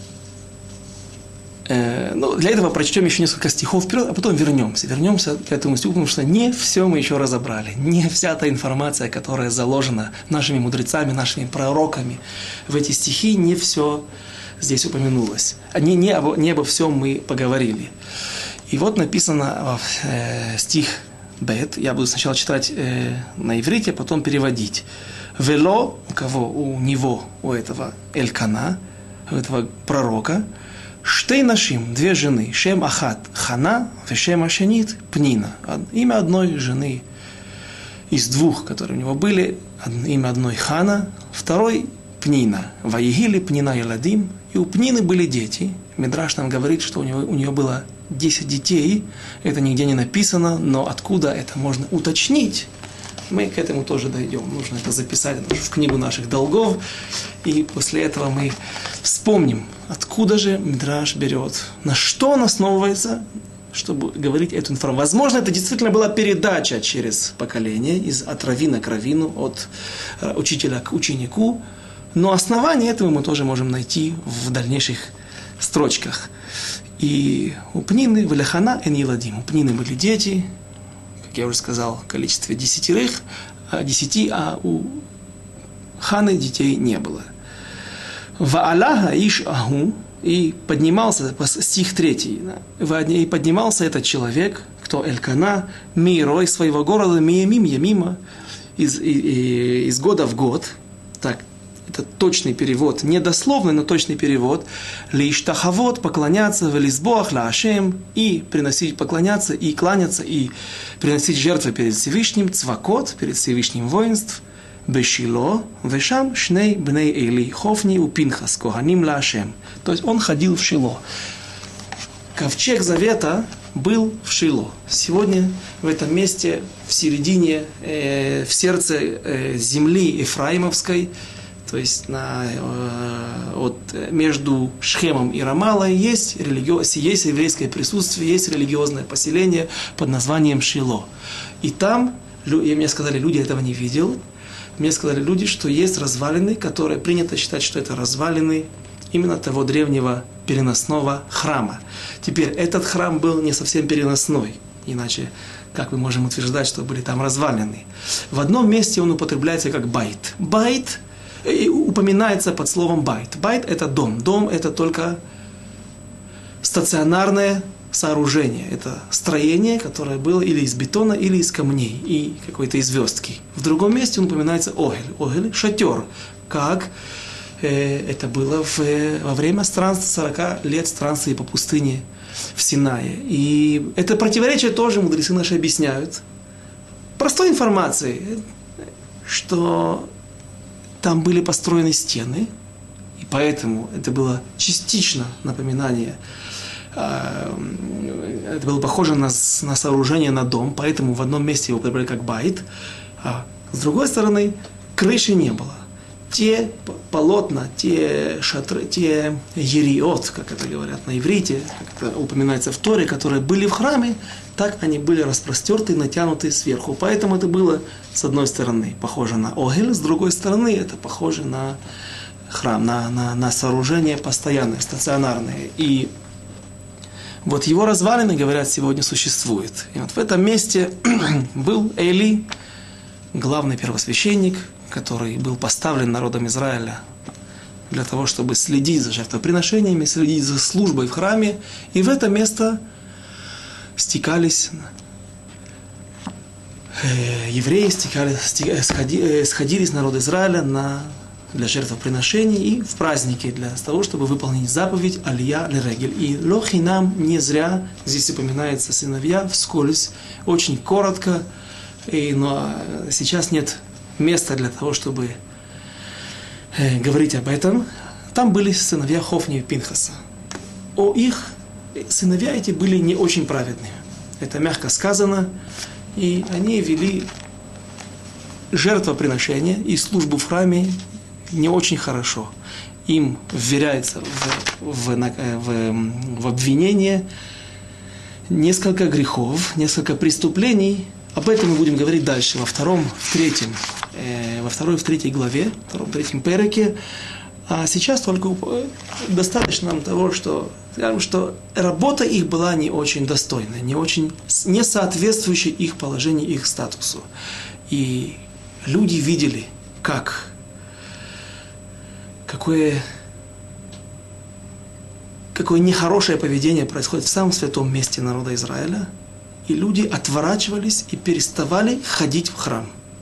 э, ну, для этого прочтем еще несколько стихов вперед, а потом вернемся. Вернемся к этому стиху, потому что не все мы еще разобрали. Не вся та информация, которая заложена нашими мудрецами, нашими пророками в эти стихи, не все здесь упомянулось. Не, не, обо, не обо всем мы поговорили. И вот написано э, стих Бет. Я буду сначала читать э, на иврите, потом переводить. Вело, у кого? У него, у этого Элькана, у этого пророка, Штей нашим, две жены, Шем Ахат Хана, Вешем Ашенит Пнина. Имя одной жены из двух, которые у него были, имя одной Хана, второй Пнина. Ваегили Пнина и Ладим. И у Пнины были дети. Мидраш нам говорит, что у, него, у нее было десять детей. Это нигде не написано, но откуда это можно уточнить, мы к этому тоже дойдем. Нужно это записать в книгу наших долгов. И после этого мы вспомним, откуда же Мидраш берет, на что он основывается, чтобы говорить эту информацию. Возможно, это действительно была передача через поколение, из, от раввина к раввину, от э, учителя к ученику. Но основание этого мы тоже можем найти в дальнейших строчках. И у Пнины, в Ляхана, Эн Еладим. У Пнины были дети, как я уже сказал, в количестве десятерых, а десяти, а у Ханы детей не было. Ва'алаха иш аху, и поднимался, стих третий, и поднимался этот человек, кто Элькана, мирой своего города, миемим, ямима, из, из года в год, так, это точный перевод, не дословный, но точный перевод, лиштахавот, поклоняться, велизбоах лаашем, и приносить, поклоняться, и кланяться, и приносить жертвы перед Всевышним, цвакот, перед Всевышним воинств, бешило, вешам шней бней Эли, хофни у Пинхас, коганим лаашем. То есть он ходил в Шило. Ковчег Завета был в Шило. Сегодня в этом месте, в середине, э, в сердце э, земли Ефраимовской, то есть на, э, от, между Шхемом и Рамалой есть, религи... есть еврейское присутствие, есть религиозное поселение под названием Шило. И там, и мне сказали, люди этого не видели, мне сказали люди, что есть развалины, которые принято считать, что это развалины именно того древнего переносного храма. Теперь, этот храм был не совсем переносной, иначе как мы можем утверждать, что были там развалины. В одном месте он употребляется как байт. Байт и упоминается под словом байт. Байт – это дом. Дом – это только стационарное сооружение. Это строение, которое было или из бетона, или из камней, и какой-то из звездки. В другом месте он упоминается огель. Огель – шатер, как э, это было в, во время странствия, сорока лет странствия по пустыне в Синае. И это противоречие тоже мудрецы наши объясняют. Простой информацией, что там были построены стены, и поэтому это было частично напоминание, это было похоже на, на сооружение, на дом, поэтому в одном месте его употребляли как байт, а с другой стороны крыши не было. Те полотна, те шатры, те ериот, как это говорят на иврите, как это упоминается в Торе, которые были в храме, так они были распростерты, натянуты сверху. Поэтому это было, с одной стороны, похоже на огель, с другой стороны, это похоже на храм, на, на, на сооружение постоянное, стационарное. И вот его развалины, говорят, сегодня существуют. И вот в этом месте был Эли, главный первосвященник, который был поставлен народом Израиля для того, чтобы следить за жертвоприношениями, следить за службой в храме. И в это место стекались э, евреи, стекались, стек, сходи, сходились народ Израиля на, для жертвоприношений и в праздники для того, чтобы выполнить заповедь Алия лерегель. И лохинам не зря здесь упоминается сыновья вскользь, очень коротко, и, но сейчас нет место для того, чтобы э, говорить об этом. Там были сыновья Хофни и Пинхаса. О их сыновья эти были не очень праведными. Это мягко сказано. И они вели жертвоприношение и службу в храме не очень хорошо. Им вверяется в, в, в, в обвинение несколько грехов, несколько преступлений. Об этом мы будем говорить дальше, во втором, в третьем, э, во второй, в третьей главе, втором, третьем переке. А сейчас только достаточно нам того, что, скажем, что работа их была не очень достойная, не очень, не соответствующая их положению, их статусу. И люди видели, как, какое какое нехорошее поведение происходит в самом святом месте народа Израиля, и люди отворачивались и переставали ходить в храм.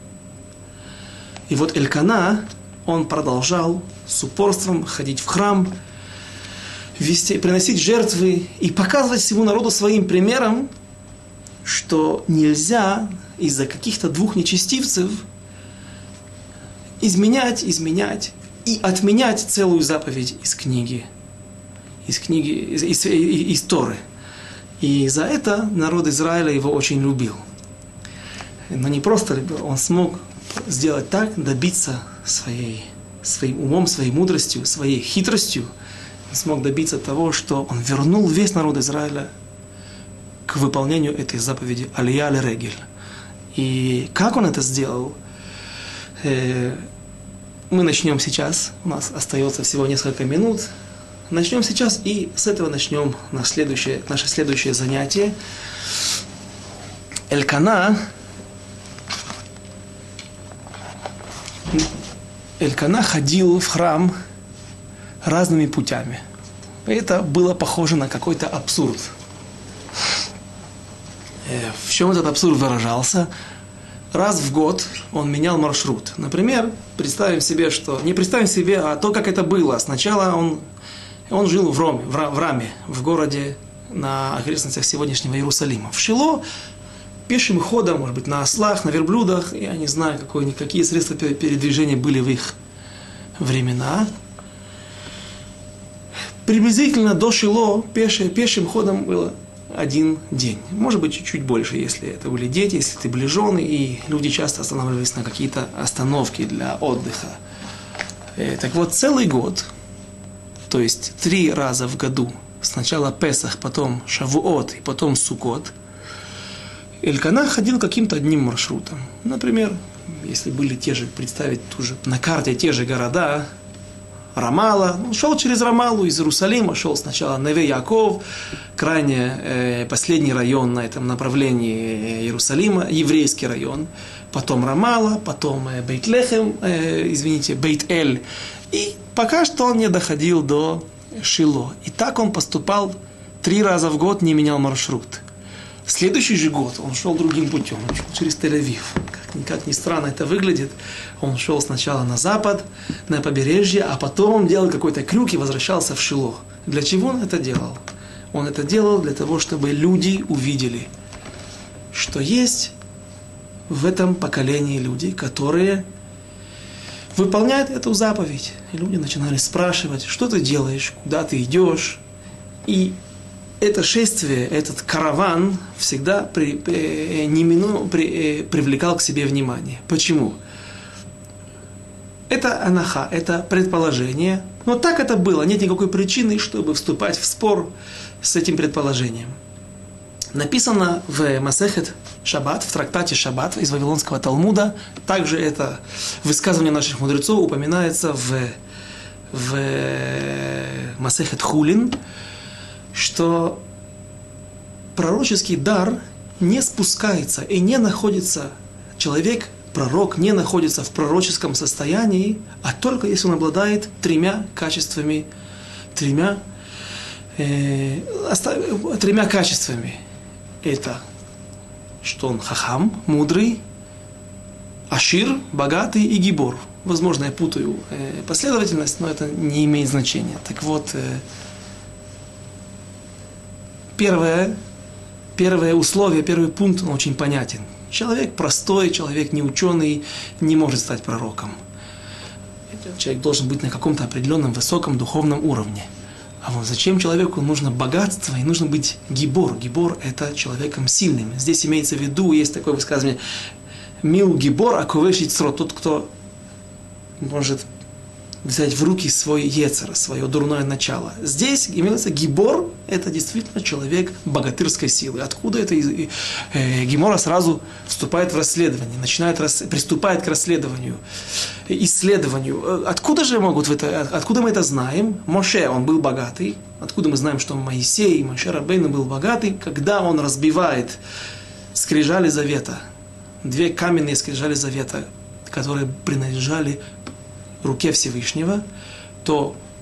И вот Элькана, он продолжал с упорством ходить в храм, вести, приносить жертвы и показывать всему народу своим примером, что нельзя из-за каких-то двух нечестивцев изменять, изменять и отменять целую заповедь из книги, из книги, из, из, из, из Торы. И за это народ Израиля его очень любил. Но не просто любил, он смог сделать так, добиться своей, своим умом, своей мудростью, своей хитростью, он смог добиться того, что он вернул весь народ Израиля к выполнению этой заповеди Алия аль-Регель. И как он это сделал, э, мы начнем сейчас, у нас остается всего несколько минут, начнем сейчас и с этого начнем наше следующее, наше следующее занятие. Элькана Элькана ходил в храм разными путями. Это было похоже на какой-то абсурд. В чем этот абсурд выражался? Раз в год он менял маршрут. Например, представим себе, что... Не представим себе, а то, как это было. Сначала он, он жил в Роме, в Раме, в городе на окрестностях сегодняшнего Иерусалима. В Шило пешим ходом, может быть, на ослах, на верблюдах, я не знаю, какие, какие средства передвижения были в их времена. Приблизительно до Шило пеше, пешим ходом было один день. Может быть, чуть-чуть больше, если это были дети, если это были жены, и люди часто останавливались на какие-то остановки для отдыха. И, так вот, целый год, то есть три раза в году, сначала Песах, потом Шавуот и потом Суккот, Элькана ходил каким-то одним маршрутом. Например, если были те же, представить ту же, на карте те же города, Рамала, он шел через Рамалу из Иерусалима, шел сначала Неве-Яков, крайне э, последний район на этом направлении Иерусалима, еврейский район, потом Рамала, потом э, Бейт-Лехем, э, извините, Бейт-Эль, и пока что он не доходил до Шило. И так он поступал три раза в год, не менял маршрут. В следующий же год он шел другим путем, он шел через Тель-Авив. Как, как ни странно это выглядит, он шел сначала на запад, на побережье, а потом он делал какой-то крюк и возвращался в Шило. Для чего он это делал? Он это делал для того, чтобы люди увидели, что есть в этом поколении люди, которые выполняют эту заповедь. И люди начинали спрашивать, что ты делаешь, куда ты идешь. И это шествие, этот караван всегда при, при, немину, при, привлекал к себе внимание. Почему? Это анаха, это предположение. Но так это было. Нет никакой причины, чтобы вступать в спор с этим предположением. Написано в Масехет Шаббат, в трактате Шаббат из Вавилонского Талмуда. Также это высказывание наших мудрецов упоминается в, в Масехет Хулин, что пророческий дар не спускается и не находится, человек, пророк, не находится в пророческом состоянии, а только если он обладает тремя качествами, тремя, э, тремя качествами. Это, что он хахам, мудрый, ашир, богатый и гибор. Возможно, я путаю э, последовательность, но это не имеет значения. Так вот, э, Первое, первое условие, первый пункт, он очень понятен. Человек простой, человек не ученый, не может стать пророком. Человек должен быть на каком-то определенном высоком духовном уровне. А вот зачем человеку нужно богатство и нужно быть гибор? Гибор – это человеком сильным. Здесь имеется в виду, есть такое высказывание, «Мил гибор, а ковешить срод», тот, кто может взять в руки свой ецер, свое дурное начало. Здесь имеется гибор, это действительно человек богатырской силы. Откуда это? Э, Гемора сразу вступает в расследование, начинает рас, приступает к расследованию, исследованию. Откуда же могут это, откуда мы это знаем? Моше, он был богатый. Откуда мы знаем, что Моисей, Моше Рабейну был богатый? Когда он разбивает скрижали завета, две каменные скрижали завета, которые принадлежали руке Всевышнего, то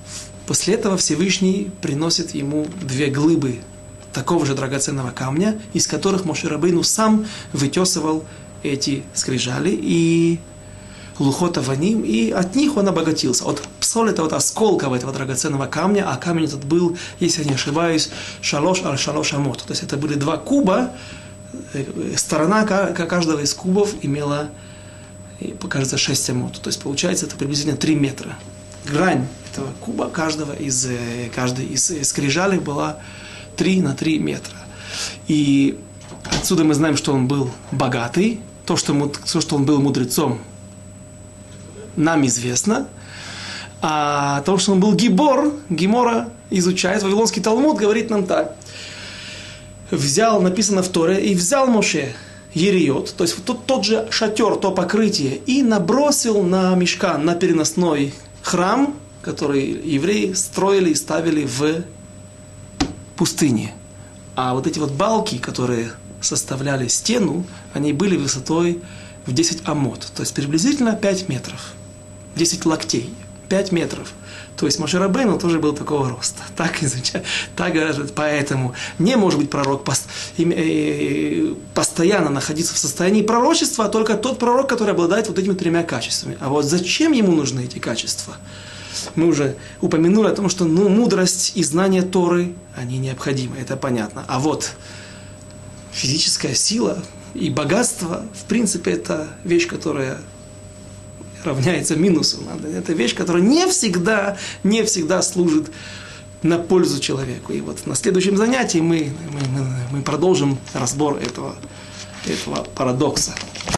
После этого Всевышний приносит ему две глыбы такого же драгоценного камня, из которых Моше Рабейну сам вытесывал эти скрижали и лухот аваним, и от них он обогатился. От псолета, от осколков этого драгоценного камня, а камень этот был, если я не ошибаюсь, шалош аль шалош амот. То есть это были два куба, сторона каждого из кубов имела, кажется, шесть амот. То есть получается это приблизительно три метра. Грань этого куба каждого из, каждой из скрижалей была три на три метра. И отсюда мы знаем, что он был богатый. То, что, то, что он был мудрецом, нам известно. А то, что он был гибор, Гемора изучает, Вавилонский Талмуд говорит нам так. Взял, написано в Торе, и взял Моше ериот, то есть тот, тот же шатер, то покрытие, и набросил на мишкан, на переносной храм, который евреи строили и ставили в пустыне. А вот эти вот балки, которые составляли стену, они были высотой в десять амот, то есть приблизительно пять метров, десять локтей, пять метров. То есть Моше Рабейну тоже был такого роста. Так изучают, так говорят, поэтому не может быть пророк постоянно находиться в состоянии пророчества, а только тот пророк, который обладает вот этими тремя качествами. А вот зачем ему нужны эти качества? Мы уже упомянули о том, что ну, мудрость и знание Торы, они необходимы, это понятно. А вот физическая сила и богатство, в принципе, это вещь, которая равняется минусу. Это вещь, которая не всегда, не всегда служит на пользу человеку. И вот на следующем занятии мы, мы, мы продолжим разбор этого, этого парадокса.